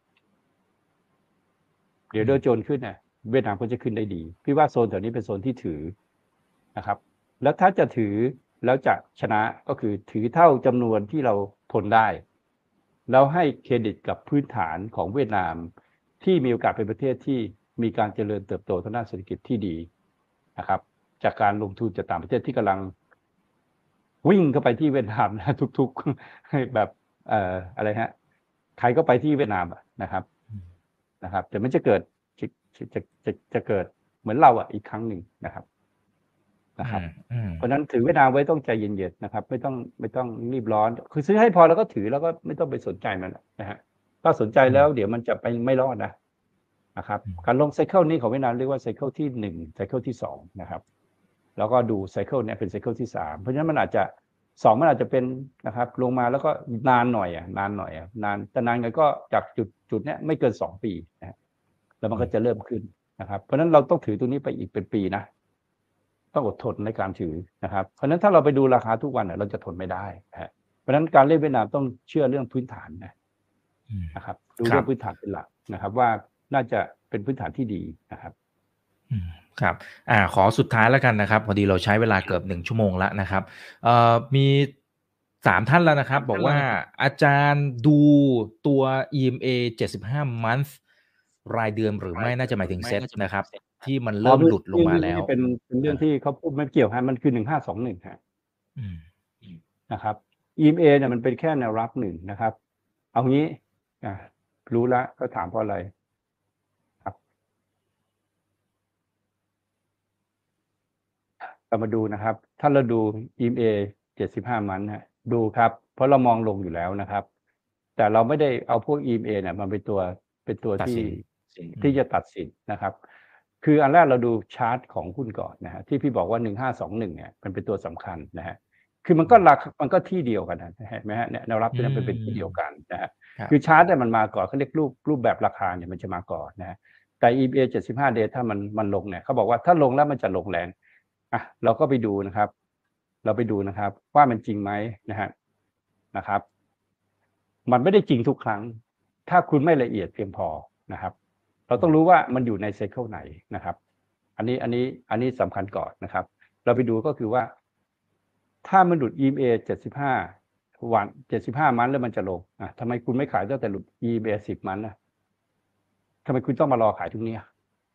เดี๋ยวโดยโจนขึ้นเนี่ยเวียดนามก็จะขึ้นได้ดีพี่ว่าโซนแถวนี้เป็นโซนที่ถือนะครับแล้วถ้าจะถือแล้วจะชนะก็คือถือเท่าจำนวนที่เราทนได้แล้วให้เครดิตกับพื้นฐานของเวียดนามที่มีโอกาสเป็นประเทศที่มีการเจริญเติบโตทางด้านเศรษฐกิจที่ดีนะครับจากการลงทุนจากต่างประเทศที่กำลังวิ่งเข้าไปที่เวียดนามนะทุกๆแบบอะไรฮะใครก็ไปที่เวียดนามนะครับแต่มันจะเกิดจะเกิดเหมือนเราอีกครั้งหนึ่งนะครับเพราะนั้นถือเวียดนามไว้ต้องใจเย็นๆนะครับไม่ต้องรีบร้อนคือซื้อให้พอแล้วก็ถือแล้วก็ไม่ต้องไปสนใจมันนะฮะถ้าสนใจแล้วเดี๋ยวมันจะไปไม่รอดนะครับการลงไซเคิลนี้ของเวียดนามเรียกว่าไซเคิลที่1ไซเคิลที่2นะครับแล้วก็ดูไซเคิลเนี่ยเป็นไซเคิลที่3เพราะฉะนั้นมันอาจจะมันอาจจะเป็นนะครับลงมาแล้วก็นานหน่อยนานแต่นานไงก็จากจุดเนี้ยไม่เกิน2 ปีนะแล้วมันก็จะเริ่มขึ้นนะครับเพราะฉะนั้นเราต้องถือตัวนี้ไปอีกเป็นปีนะต้องอดทนในการถือนะครับเพราะฉะนั้นถ้าเราไปดูราคาทุกวันเราจะทนไม่ได้เพราะฉะนั้นการเล่นเวียดนามต้องเชื่อเรื่องพื้นฐานนะครับดูเรื่องพื้นฐานเป็นหลักนะครับว่าน่าจะเป็นพื้นฐานที่ดีนะครับครับขอสุดท้ายแล้วกันนะครับพอดีเราใช้เวลาเกือบ1 ชั่วโมงแล้วนะครับมี3 ท่านแล้วนะครับบอกว่าอาจารย์ดูตัว EMA 75 month รายเดือนหรือไม่น่าจะหมายถึงเซ็ตนะครับที่มันเริ่มหลุดลงมาแล้วเป็นเรื่องที่เขาพูดไม่เกี่ยวฮะมันคือ1521ฮะนะครับ EMA เนี่ยมันเป็นแค่แนวรับหนึ่งนะครับเอางี้รู้ละก็ถามเพราะอะไรครับเรามาดูนะครับถ้าเราดู EMA 75 มันนะดูครับเพราะเรามองลงอยู่แล้วนะครับแต่เราไม่ได้เอาพวก EMA เนี่ยมันเป็นตัวที่จะตัดสินนะครับคืออันแรกเราดูชาร์ตของหุ้นก่อนนะฮะที่พี่บอกว่า1521เนี่ยมันเป็นตัวสำคัญนะฮะคือมันก็ที่เดียวกันนะเห็นไหมฮะเนี่ยแนวรับที่นั้นเป็นที่เดียวกันนะฮะคือชาร์ตเนี่ยมันมาก่อนเขาเรียกรูปแบบราคาเนี่ยมันจะมาก่อนนะฮะแต่ EMA 75 day ถ้ามันลงเนี่ยเขาบอกว่าถ้าลงแล้วมันจะลงแรงเราก็ไปดูนะครับว่ามันจริงไหมนะครับมันไม่ได้จริงทุกครั้งถ้าคุณไม่ละเอียดเพียงพอนะครับเราต้องรู้ว่ามันอยู่ในไซเคิลไหนนะครับอันนี้สำคัญก่อนนะครับเราไปดูก็คือว่าถ้ามันหลุด EMA 75 วัน75 มันแล้วมันจะลงทำไมคุณไม่ขายตั้งแต่หลุด EMA 10 มันนะทำไมคุณต้องมารอขายทุกนี้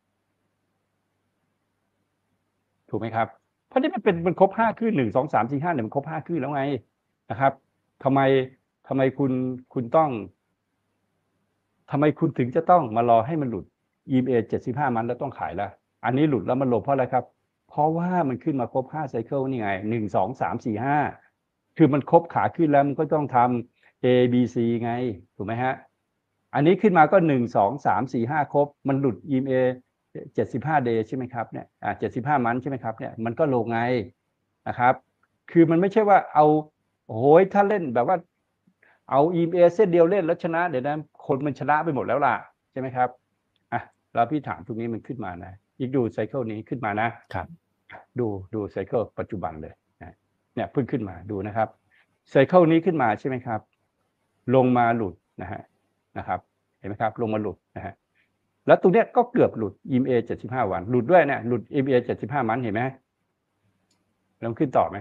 ถูกไหมครับเพราะนี่มันครบ5 ขึ้น1 2 3 4 5เนี่ยมันครบ5 ขึ้นแล้วไงนะครับทำไมคุณต้องทำไมคุณถึงจะต้องมารอให้มันหลุด EMA 75 มันแล้วต้องขายละอันนี้หลุดแล้วมันลงเพราะอะไรครับเพราะว่ามันขึ้นมาครบ5 ไซเคิลนี่ไง1 2 3 4 5คือมันครบขาขึ้นแล้วมันก็ต้องทำ A B C ไงถูกไหมฮะอันนี้ขึ้นมาก็1 2 3 4 5ครบมันหลุด EMA 75 day ใช่ไหมครับเนี่ย75 มันใช่ไหมครับเนี่ยมันก็ลงไงนะครับคือมันไม่ใช่ว่าเอาโอ้ยถ้าเล่นแบบว่าเอา EMA เส้นเดียวเล่นแล้วชนะเดี๋ยวนะคนมันชนะไปหมดแล้วล่ะใช่ไหมครับแล้วพี่ถามตรงนี้มันขึ้นมานะอีกดูไซเคิลนี้ขึ้นมานะครับดูไซเคิลปัจจุบันเลยเนี่ยเพิ่งขึ้นมาดูนะครับไซเคิลนี้ขึ้นมาใช่ไหมครับลงมาหลุดนะครับเห็นไหมครับลงมาหลุดนะฮะแล้วตรงเนี้ยก็เกือบหลุด EMA 75 วันหลุดด้วยเนี่ยหลุด EMA 75 มันเห็นไหมลองขึ้นต่อไหม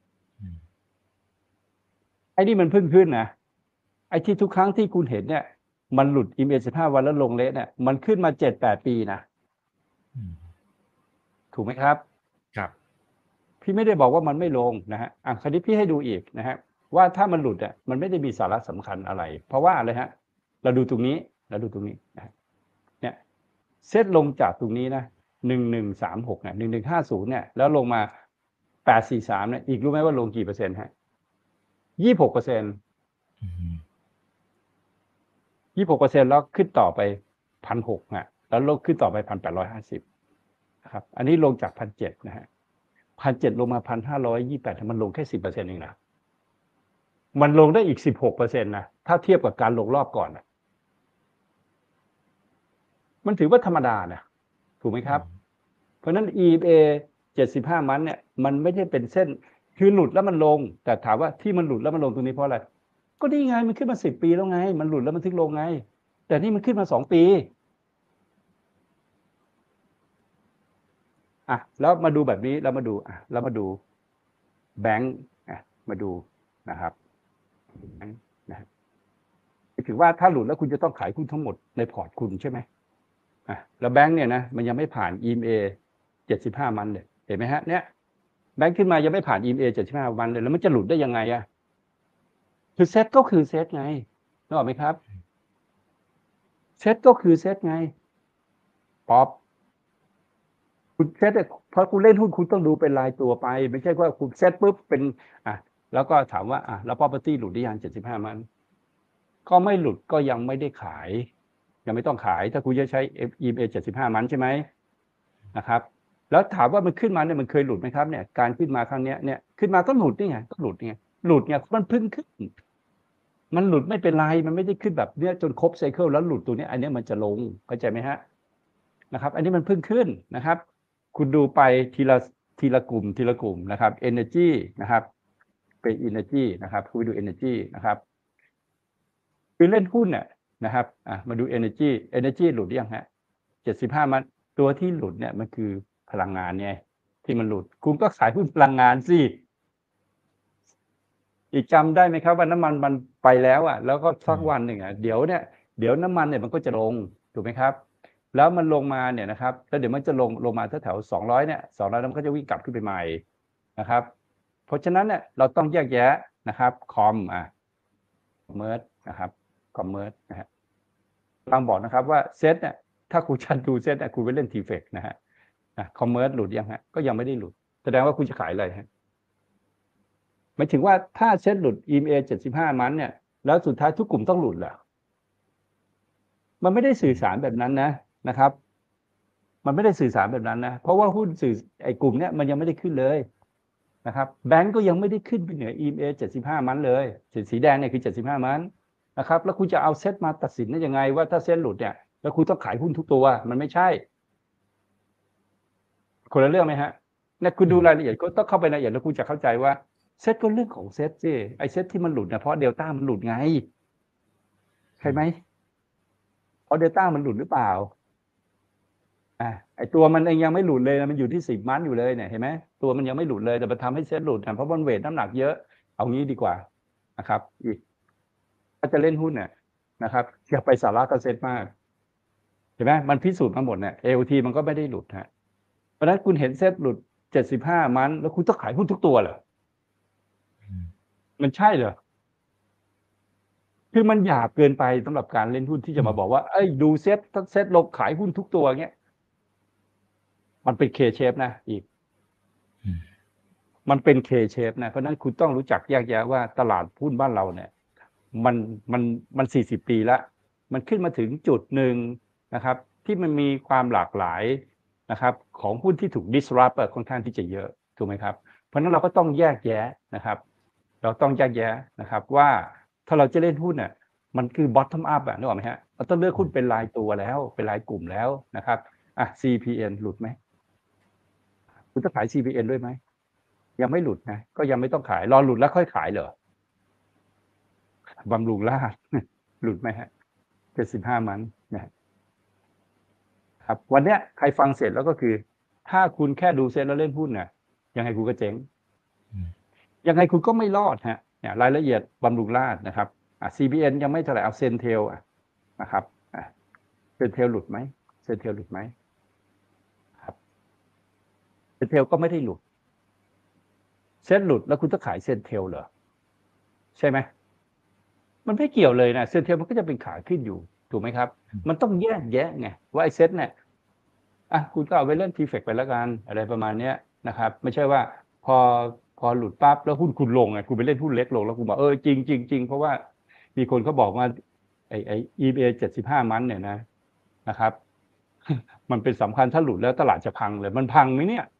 ไอ้นี่มันเพิ่งขึ้นนะไอ้ที่ทุกครั้งที่คุณเห็นเนี่ยมันหลุด EMA 75 วันแล้วลงเละเนี่ยมันขึ้นมา 7-8 ปีนะถูกไหมครับครับพี่ไม่ได้บอกว่ามันไม่ลงนะฮะคราวนี้พี่ให้ดูอีกนะฮะว่าถ้ามันหลุดมันไม่ได้มีสาระสำคัญอะไรเพราะว่าอะไรฮะเราดูตรงนี้นะเนี่ยเซตลงจากตรงนี้นะ1136เนี่ย1150เนี่ยแล้วลงมา843เนี่ยอีกรู้ไหมว่าลงกี่เปอร์เซ็นต์ฮะ 26% 26% แล้วขึ้นต่อไป 1,600 แล้วลงขึ้นต่อไป 1,850 นะครับอันนี้ลงจาก 1,700 นะฮะ 1,700 ลงมา 1,528 มันลงแค่ 10% เองนะมันลงได้อีก 16% นะถ้าเทียบกับการลงรอบก่อนมันถือว่าธรรมดานะถูกไหมครับเพราะนั้น EMA 75 มันเนี่ยมันไม่ได้เป็นเส้นคือหลุดแล้วมันลงแต่ถามว่าที่มันหลุดแล้วมันลงตรงนี้เพราะอะไรก็นี่ไงมันขึ้นมา10 ปีแล้วไงมันหลุดแล้วมันถึงลงไงแต่นี่มันขึ้นมา2 ปีแล้วมาดูแบบนี้แล้วมาดูแบงค์มาดูนะครับถือว่าถ้าหลุดแล้วคุณจะต้องขายหุ้นทั้งหมดในพอร์ตคุณใช่ไหมแล้วแบงค์เนี่ยนะมันยังไม่ผ่าน EMA 75 มันเลยเห็นไหมฮะเนี่ยแบงค์ขึ้นมายังไม่ผ่าน EMA 75 วันเลยแล้วมันจะหลุดได้ยังไงคือเซตก็คือเซตไงนึกออกไหมครับเซตก็คือเซตไงป๊อปคุณเซตเพราะคุณเล่นหุ้นคุณต้องดูเป็นรายตัวไปไม่ใช่ว่าคุณเซตปุ๊บเป็นแล้วก็ถามว่าแล้ว property หลุดได้ยัง75 มันก็ไม่หลุดก็ยังไม่ได้ขายยังไม่ต้องขายถ้าคุณจะใช้ EMA 75 มันใช่ไหมนะครับแล้วถามว่ามันขึ้นมาเนี่ยมันเคยหลุดไหมครับเนี่ยการขึ้นมาครั้งนี้เนี่ยขึ้นมาก็หลุดนี่ไงก็หลุดไงหลุดไงมันเพิ่งขึ้นมันหลุดไม่เป็นไรมันไม่ได้ขึ้นแบบเนี้ยจนครบไซเคิลแล้วหลุดตัวนี้อันนี้มันจะลงเข้าใจไหมฮะนะครับอันนี้มันเพิ่งขึ้นนะครับคุณดูไปทีทีละกลุ่มนะครับ energy นะครับเป็น energy นะครับคุณไปดู energy นะครับคือเล่นหุ้นเนี่ยนะครับมาดู energy หลุดยังฮะ75มันตัวที่หลุดเนี่ยมันคือพลังงานไงที่มันหลุดคุณก็ขายหุ้นพลังงานสิอีกจำได้ไหมครับว่าน้ำมันมันไปแล้วแล้วก็สักวันหนึ่งเดี๋ยวน้ำมันเนี่ยมันก็จะลงถูกไหมครับแล้วมันลงมาเนี่ยนะครับแล้วเดี๋ยวมันจะลงมาแถว200เนี่ย200แล้วมันก็จะวิ่งกลับขึ้นไปใหม่นะครับเพราะฉะนั้นเนี่ยเราต้องแยกแยะนะครับคอมเมิร์สนะครับคอมเมิร์สนะฮะบางบอกนะครับว่าเซตเนี่ยถ้าคุณชันดูเซตเนี่ยคุณไปเล่นทีเฟกนะฮะคอมเมิร์สหลุดยังฮะก็ยังไม่ได้หลุดแสดงว่าคุณจะขายอะไรฮะหมายถึงว่าถ้าเซตหลุด EMA 75มันเนี่ยแล้วสุดท้ายทุกกลุ่มต้องหลุดเหรอมันไม่ได้สื่อสารแบบนั้นนะครับมันไม่ได้สื่อสารแบบนั้นนะเพราะว่าหุ้นสื่อไอ้กลุ่มเนี้ยมันยังไม่ได้ขึ้นเลยนะครับแบงก์ก็ยังไม่ได้ขึ้นไปเหนือ EMA 75มันเลยสีแดงเนี่ยคือ75มันนะครับแล้วคุณจะเอาเซตมาตัดสินได้ยังไงว่าถ้าเซตหลุดเนี่ยแล้วคุณต้องขายหุ้นทุกตัวมันไม่ใช่คนละเรื่องไหมฮะเนี่ยคุณดูรายละเอียดก็ต้องเข้าไปรายละเอียดแล้วคุณจะเข้าใจว่าเซตก็เรื่องของเซตสิไอ้เซตที่มันหลุดนะเพราะเดลต้ามันหลุดไงใช่ไหมเพราะเดลต้ามันหลุดหรือเปล่าไอ้ตัวมันเองยังไม่หลุดเลยมันอยู่ที่10มันอยู่เลยเนี่ยเห็นไหมตัวมันยังไม่หลุดเลยแต่มันทำให้เซตหลุดเพราะมันเวทน้ำหนักเยอะเอางี้ดีกว่านะครับอีกถ้าจะเล่นหุ้นเนี่ยนะครับอย่าไปสาระกับเซตมากเห็นไหมมันพิสูจน์มาหมดเนี่ย AOT มันก็ไม่ได้หลุดฮะเพราะฉะนั้นคุณเห็นเซตหลุด75มันแล้วคุณต้องขายหุ้นทุกตัวเหรอมันใช่เหรอคือมันหยาบเกินไปสำหรับการเล่นหุ้นที่จะมาบอกว่าดูเซตลงขายหุ้นทุกตัวเงี้ยมันเป็น K shape นะอีกมันเป็น K shape นะเพราะนั้นคุณต้องรู้จักแยกแยะว่าตลาดหุ้นบ้านเราเนี่ยมัน40 ปีแล้วมันขึ้นมาถึงจุดหนึ่งนะครับที่มันมีความหลากหลายนะครับของหุ้นที่ถูก disrupt ค่อนข้างที่จะเยอะถูกไหมครับเพราะนั้นเราก็ต้องแยกแยะนะครับเราต้องแยกแยะนะครับว่าถ้าเราจะเล่นหุ้นเนี่ยมันคือ bottom up นึกออกไหมฮะเราต้องเลือกหุ้นเป็นรายตัวแล้วเป็นรายกลุ่มแล้วนะครับCPN หลุดไหมคุณจะขาย CPN ด้วยไหมยังไม่หลุดนะก็ยังไม่ต้องขายรอหลุดแล้วค่อยขายเหรอบำรุงราษฎร์หลุดไหมฮะ75มันนะครับวันเนี้ยใครฟังเสร็จแล้วก็คือถ้าคุณแค่ดูเซ็ตแล้วเล่นหุ้นเนี่ยยังไงคุณก็เจ๊งยังไงคุณก็ไม่รอดฮะเนี่ยรายละเอียดบำรุงราษฎร์นะครับCBN ยังไม่เท่าไหร่เอาเซนเทลนะครับเซนเทลหลุดไหมเซนเทลหลุดไหมครับเซนเทลก็ไม่ได้หลุดเซ็ตหลุดแล้วคุณจะขายเซนเทลเหรอใช่ไหมมันไม่เกี่ยวเลยนะเซนเทลมันก็จะเป็นขาขึ้นอยู่ถูกไหมครับมันต้องแยกแยะไงว่าไอ้เซตเนี่ยคุณก็เอาไปเล่นทีเฟกไปแล้วกันอะไรประมาณนี้นะครับไม่ใช่ว่าพอหลุดปั๊บแล้วหุ้นคุณลงไงคุณไปเล่นหุ้นเล็กลงแล้วคุณบอกจริงเพราะว่ามีคนเขาบอกว่าไอ้ EBA 75มันเนี่ยนะครับมันเป็นสำคัญถ้าหลุดแล้วตลาดจะพังเลยมันพังไหมเนี่ย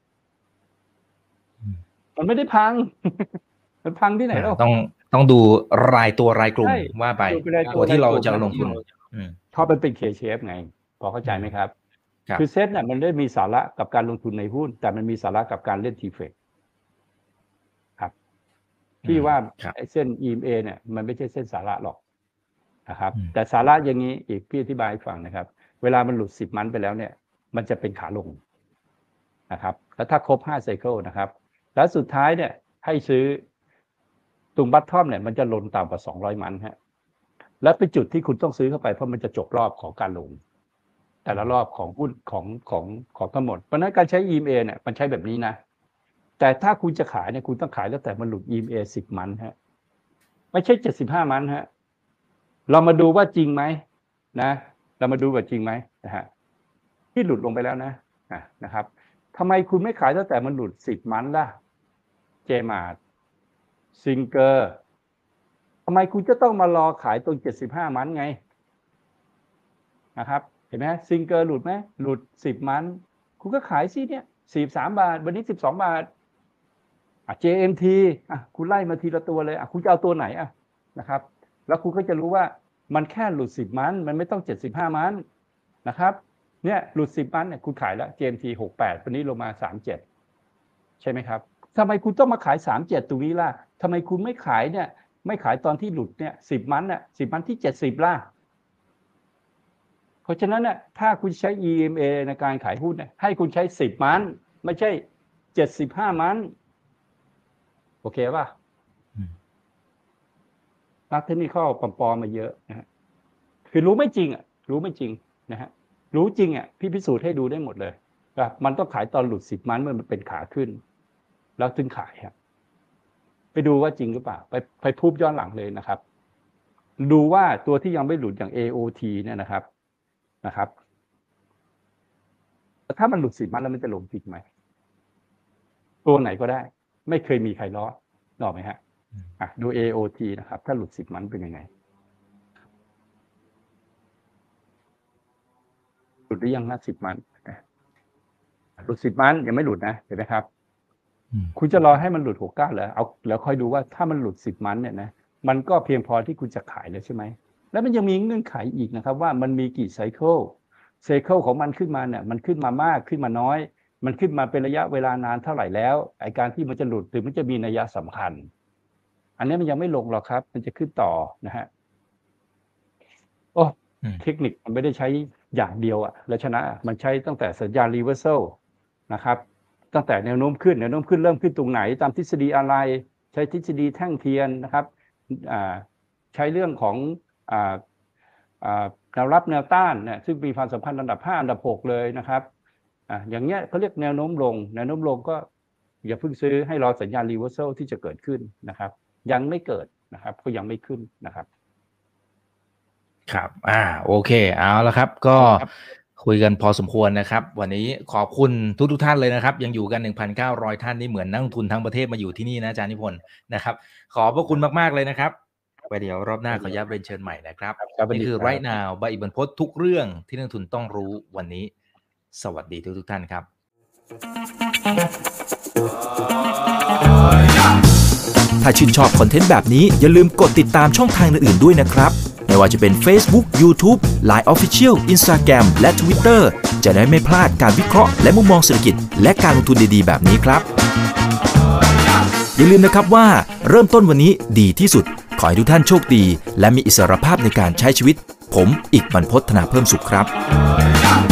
มันไม่ได้พัง มันพังที่ไหนแล้วต้องดูรายตัวรายกลุ่มว่าไปตัวที่เราจะลงทุนเพราะมันเป็น K shape ไงพอเข้าใจไหมครับคือเซ็ตเนี่ยมันได้มีสาระกับการลงทุนในหุ้นแต่มันมีสาระกับการเล่นทีเฟกครับพี่ว่าไอ้เส้น EMA เนี่ยมันไม่ใช่เส้นสาระหรอกนะครับแต่สาระอย่างนี้อีกพี่อธิบายให้ฟังนะครับเวลามันหลุด10มันไปแล้วเนี่ยมันจะเป็นขาลงนะครับแล้วถ้าครบ5ไซเคิลนะครับแล้วสุดท้ายเนี่ยให้ซื้อตรงบัตทอมเนี่ยมันจะลงต่ำกว่า200มันฮะและเป็นจุดที่คุณต้องซื้อเข้าไปเพราะมันจะจบรอบของการลงแต่ละรอบของหุ้นของทั้งหมดเพราะนั้นการใช้ EMA เนี่ยมันใช้แบบนี้นะแต่ถ้าคุณจะขายเนี่ยคุณต้องขายตั้งแต่มันหลุด EMA 10มันฮะไม่ใช่75มันฮะเรามาดูว่าจริงไหมนะเรามาดูว่าจริงไหมนะฮะที่หลุดลงไปแล้วนะครับทำไมคุณไม่ขายตั้งแต่มันหลุด10มันล่ะเจมาร์ซิงเกอร์ทำไมคุณจะต้องมารอขายตรง75มันไงนะครับเห็นไหมซิงเกอร์หลุดไหมหลุด10มันคุณก็ขายสิเนี่ย43 บาทวันนี้12 บาทJMT คุณไล่มาทีละตัวเลยคุณจะเอาตัวไหนนะครับแล้วคุณก็จะรู้ว่ามันแค่หลุด10มันมันไม่ต้อง75มันนะครับเนี่ยหลุด10มันเนี่ยคุณขายแล้ว JMT 68วันนี้ลงมา37 ใช่ไหมครับทำไมคุณต้องมาขาย37ตรงนี้ล่ะทำไมคุณไม่ขายเนี่ยไม่ขายตอนที่หลุดเนี่ย10 มันเนี่ย10 มันที่70ล่ะเพราะฉะนั้นเนี่ยถ้าคุณใช้ EMA ในการขายหุ้นเนี่ยให้คุณใช้10 มันไม่ใช่75 มันโอเคป่ะนักเทคนิคเข้าปลอมมาเยอะนะฮะคือรู้ไม่จริงรู้ไม่จริงนะฮะรู้จริงพี่พิสูจน์ให้ดูได้หมดเลยครับมันต้องขายตอนหลุด10 มันเมื่อมันเป็นขาขึ้นแล้วถึงขายครับไปดูว่าจริงหรือเปล่าไปพูดย้อนหลังเลยนะครับดูว่าตัวที่ยังไม่หลุดอย่าง AOT เนี่ยนะครับถ้ามันหลุด10 มันแล้วมันจะลงจริงไหมตัวไหนก็ได้ไม่เคยมีใครล้อหรอกไหมฮะดู AOT นะครับถ้าหลุด10 มันเป็นยังไงหลุดหรือยังนะ10 มันหลุด10 มันยังไม่หลุดนะเห็นไหมครับคุณจะรอให้มันหลุด69เหรอเอาแล้วค่อยดูว่าถ้ามันหลุด10 มันเนี่ยนะมันก็เพียงพอที่คุณจะขายแล้วใช่ไหมแล้วมันยังมีเงื่อนไขอีกนะครับว่ามันมีกี่ไซเคิลของมันขึ้นมาเนี่ยมันขึ้นมามากขึ้นมาน้อยมันขึ้นมาเป็นระยะเวลานานเท่าไหร่แล้วไอ้การที่มันจะหลุดหรือมันจะมีนัยสำคัญอันนี้มันยังไม่ลงหรอกครับมันจะขึ้นต่อนะฮะเทคนิคมันไม่ได้ใช้อย่างเดียวแล้วชนะมันใช้ตั้งแต่สัญญาณรีเวอร์ซัลนะครับตั้งแต่แนวโน้มขึ้นเริ่มขึ้นตรงไหนตามทฤษฎีอะไรใช้ทฤษฎีแท่งเทียนนะครับใช้เรื่องของแนวรับแนวต้านเนี่ยซึ่งมีความสัมพันธ์อันดับ5อันดับ6เลยนะครับอย่างเงี้ยเขาเรียกแนวโน้มลงก็อย่าเพิ่งซื้อให้รอสัญญาณรีเวอร์ซัลที่จะเกิดขึ้นนะครับยังไม่เกิดนะครับก็ยังไม่ขึ้นนะครับครับโอเคเอาละครับก็คุยกันพอสมควรนะครับวันนี้ขอบคุณทุกท่านเลยนะครับยังอยู่กัน 1,900 ท่านนี่เหมือนนักลงทุนทั้งประเทศมาอยู่ที่นี่นะอาจารย์นิพนธ์นะครับขอบพระคุณมากๆเลยนะครับไว้เดี๋ยวรอบหน้าขออนุญาตเรียนเชิญใหม่นะครับนี่คือ Right Now ใบอิบันพจน์ทุกเรื่องที่นักลงทุนต้องรู้วันนี้สวัสดีทุกท่านครับถ้าชื่นชอบคอนเทนต์แบบนี้อย่าลืมกดติดตามช่องทางอื่นๆด้วยนะครับไม่ว่าจะเป็น Facebook, YouTube, Line Official, Instagram และ Twitter จะได้ไม่พลาดการวิเคราะห์และมุมมองเศรษฐกิจและการลงทุนดีๆแบบนี้ครับอย่าลืมนะครับว่าเริ่มต้นวันนี้ดีที่สุดขอให้ทุกท่านโชคดีและมีอิสรภาพในการใช้ชีวิตผมอีกบรรพต ธนาเพิ่มสุขครับ